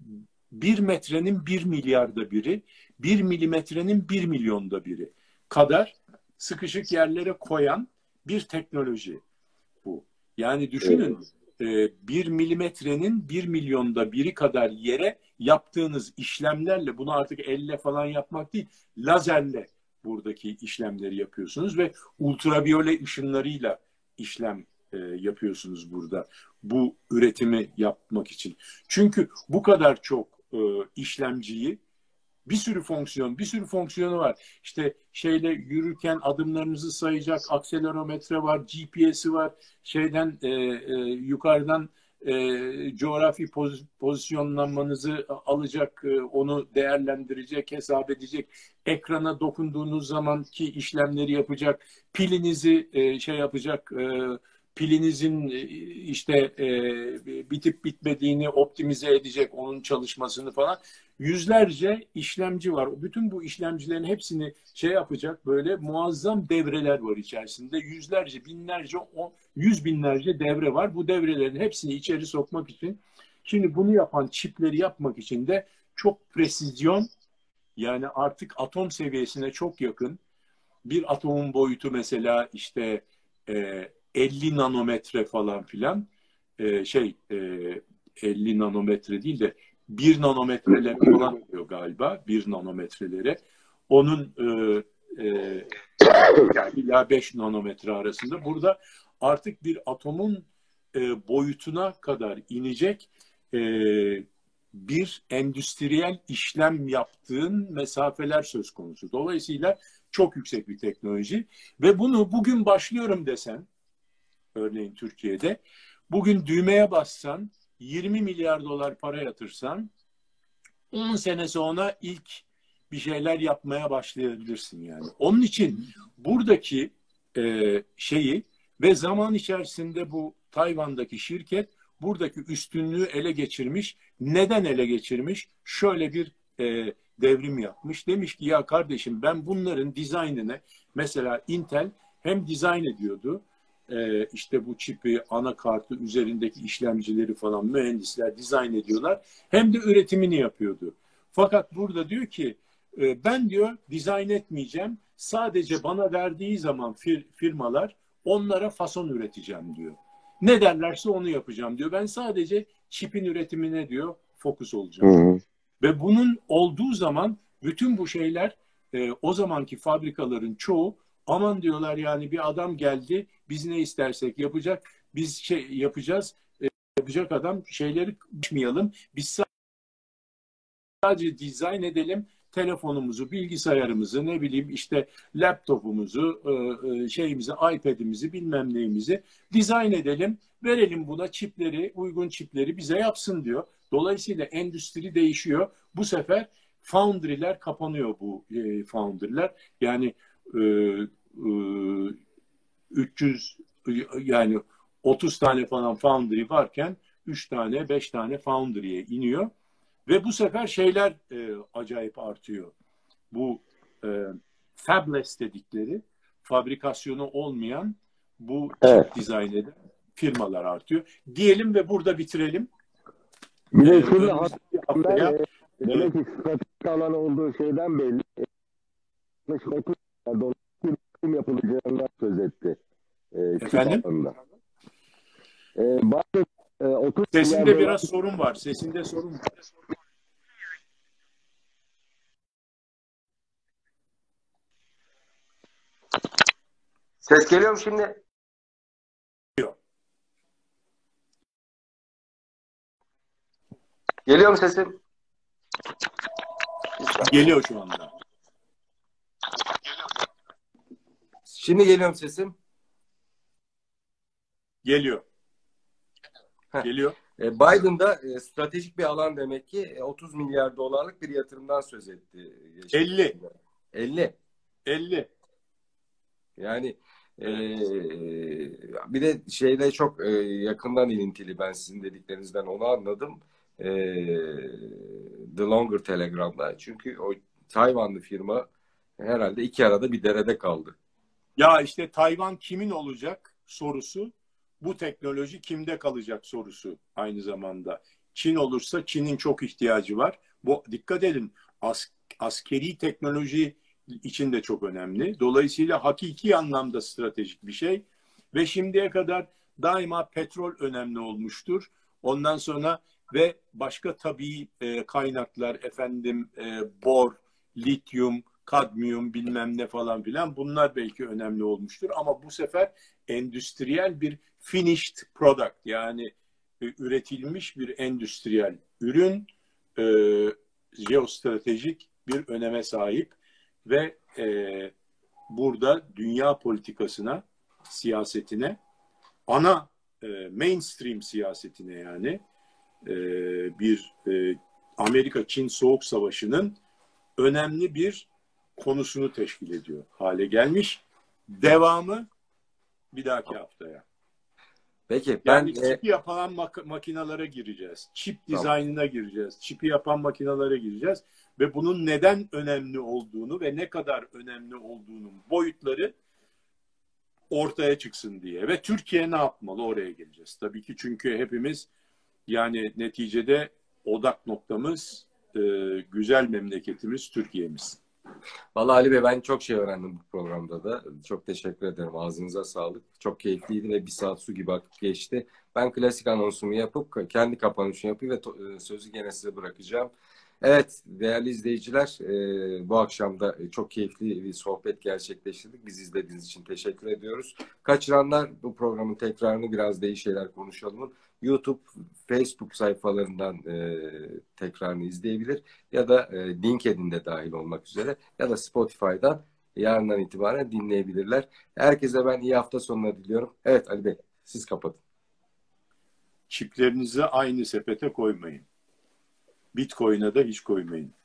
bir metrenin bir milyarda biri, bir milimetrenin bir milyonda biri kadar sıkışık yerlere koyan bir teknoloji bu. Yani düşünün, e, bir milimetrenin bir milyonda biri kadar yere yaptığınız işlemlerle, bunu artık elle falan yapmak değil, lazerle buradaki işlemleri yapıyorsunuz ve ultraviyole ışınlarıyla işlem e, yapıyorsunuz burada bu üretimi yapmak için. Çünkü bu kadar çok e, işlemciyi, bir sürü fonksiyon, bir sürü fonksiyonu var. İşte şeyle yürürken adımlarınızı sayacak akselerometre var, G P S'i var. Şeyden e, e, yukarıdan e, coğrafi poz, pozisyonlanmanızı alacak, e, onu değerlendirecek, hesap edecek. Ekrana dokunduğunuz zamanki işlemleri yapacak, pilinizi e, şey yapacak, e, pilinizin e, işte e, bitip bitmediğini optimize edecek, onun çalışmasını falan. Yüzlerce işlemci var. Bütün bu işlemcilerin hepsini şey yapacak, böyle muazzam devreler var içerisinde. Yüzlerce, binlerce, on, yüz binlerce devre var. Bu devrelerin hepsini içeri sokmak için, şimdi bunu yapan çipleri yapmak için de çok presizyon, yani artık atom seviyesine çok yakın. Bir atomun boyutu mesela işte e, elli nanometre falan filan, e, şey e, elli nanometre değil de bir nanometreler falan oluyor galiba, bir nanometrelere. Onun e, e, ila beş nanometre arasında. Burada artık bir atomun e, boyutuna kadar inecek e, bir endüstriyel işlem yaptığın mesafeler söz konusu. Dolayısıyla çok yüksek bir teknoloji ve bunu bugün başlıyorum desen, örneğin Türkiye'de, bugün düğmeye bassan, yirmi milyar dolar para yatırsan, on sene sonra ilk bir şeyler yapmaya başlayabilirsin yani. Onun için buradaki e, şeyi ve zaman içerisinde bu Tayvan'daki şirket buradaki üstünlüğü ele geçirmiş. Neden ele geçirmiş? Şöyle bir e, devrim yapmış. Demiş ki ya kardeşim, ben bunların dizaynını, mesela Intel hem dizayn ediyordu, e, işte bu çipi, anakartı, üzerindeki işlemcileri falan mühendisler dizayn ediyorlar, hem de üretimini yapıyordu. Fakat burada diyor ki e, ben diyor dizayn etmeyeceğim. Sadece bana verdiği zaman fir, firmalar, onlara fason üreteceğim diyor. Ne derlerse onu yapacağım diyor. Ben sadece çipin üretimine diyor fokus olacağım. Hı hı. Ve bunun olduğu zaman bütün bu şeyler, e, o zamanki fabrikaların çoğu, aman diyorlar yani, bir adam geldi, biz ne istersek yapacak, biz şey yapacağız, e, yapacak adam, şeyleri konuşmayalım, biz sadece dizayn edelim, telefonumuzu, bilgisayarımızı, ne bileyim işte laptopumuzu, şeyimizi, iPad'imizi, bilmem neyimizi dizayn edelim, verelim buna çipleri, uygun çipleri bize yapsın diyor. Dolayısıyla endüstri değişiyor. Bu sefer foundry'ler kapanıyor, bu e, foundry'ler. Yani e, e, üç yüz, yani otuz tane falan foundry varken üç tane, beş tane foundry'ye iniyor. Ve bu sefer şeyler e, acayip artıyor. Bu e, fabless dedikleri, fabrikasyonu olmayan bu Evet. çip dizayn eden firmalar artıyor. Diyelim ve burada bitirelim. Bir de Ee, şurada önümüzdeki haftaya e, demek ki stratejik alan olduğu şeyden belli. otuz milyar dolar bir yatırım yapılacağından söz etti. E, çip efendim alanında. E, bazı e, otuz milyar sesinde dolar biraz sorun var. Sesinde sorun var. Ses geliyor mu şimdi? Geliyor mu sesim? Geliyor şu anda. Şimdi geliyor mu sesim? Geliyor. Heh. Geliyor. E, Biden'da e, stratejik bir alan demek ki e, otuz milyar dolarlık bir yatırımdan söz etti. elli. elli. elli. Yani e, bir de şeyle çok e, yakından ilintili, ben sizin dediklerinizden onu anladım. E, The Longer Telegram'da. Çünkü o Tayvanlı firma herhalde iki arada bir derede kaldı. Ya işte Tayvan kimin olacak sorusu, bu teknoloji kimde kalacak sorusu aynı zamanda. Çin olursa Çin'in çok ihtiyacı var. Bu dikkat edin, as, askeri teknoloji için de çok önemli. Dolayısıyla hakiki anlamda stratejik bir şey ve şimdiye kadar daima petrol önemli olmuştur. Ondan sonra ve başka tabii e, kaynaklar, efendim e, bor, lityum, kadmiyum bilmem ne falan filan, bunlar belki önemli olmuştur ama bu sefer endüstriyel bir finished product, yani e, üretilmiş bir endüstriyel ürün e, jeostratejik bir öneme sahip ve e, burada dünya politikasına, siyasetine, ana e, mainstream siyasetine, yani e, bir e, Amerika-Çin Soğuk Savaşı'nın önemli bir konusunu teşkil ediyor hale gelmiş. Devamı bir dahaki haftaya. Peki ben Yani e, çipi yapan mak- makinalara gireceğiz. Çip tamam. dizaynına gireceğiz. Çipi yapan makinalara gireceğiz. Ve bunun neden önemli olduğunu ve ne kadar önemli olduğunun boyutları ortaya çıksın diye. Ve Türkiye ne yapmalı, oraya geleceğiz. Tabii ki, çünkü hepimiz, yani neticede odak noktamız e, güzel memleketimiz Türkiye'miz. Vallahi Ali Bey, ben çok şey öğrendim bu programda da. Çok teşekkür ederim. Ağzınıza sağlık. Çok keyifliydi ve bir saat su gibi akıp geçti. Ben klasik anonsumu yapıp kendi kapanışımı yapayım ve sözü gene size bırakacağım. Evet değerli izleyiciler, e, bu akşam da çok keyifli bir sohbet gerçekleştirdik. Bizi izlediğiniz için teşekkür ediyoruz. Kaçıranlar bu programın tekrarını Biraz Değil Şeyler Konuşalım'ın YouTube, Facebook sayfalarından e, tekrarını izleyebilir ya da e, LinkedIn'de dahil olmak üzere ya da Spotify'dan yarından itibaren dinleyebilirler. Herkese ben iyi hafta sonları diliyorum. Evet Ali Bey, siz kapatın. Çiplerinizi aynı sepete koymayın. Bitcoin'e de hiç koymayın.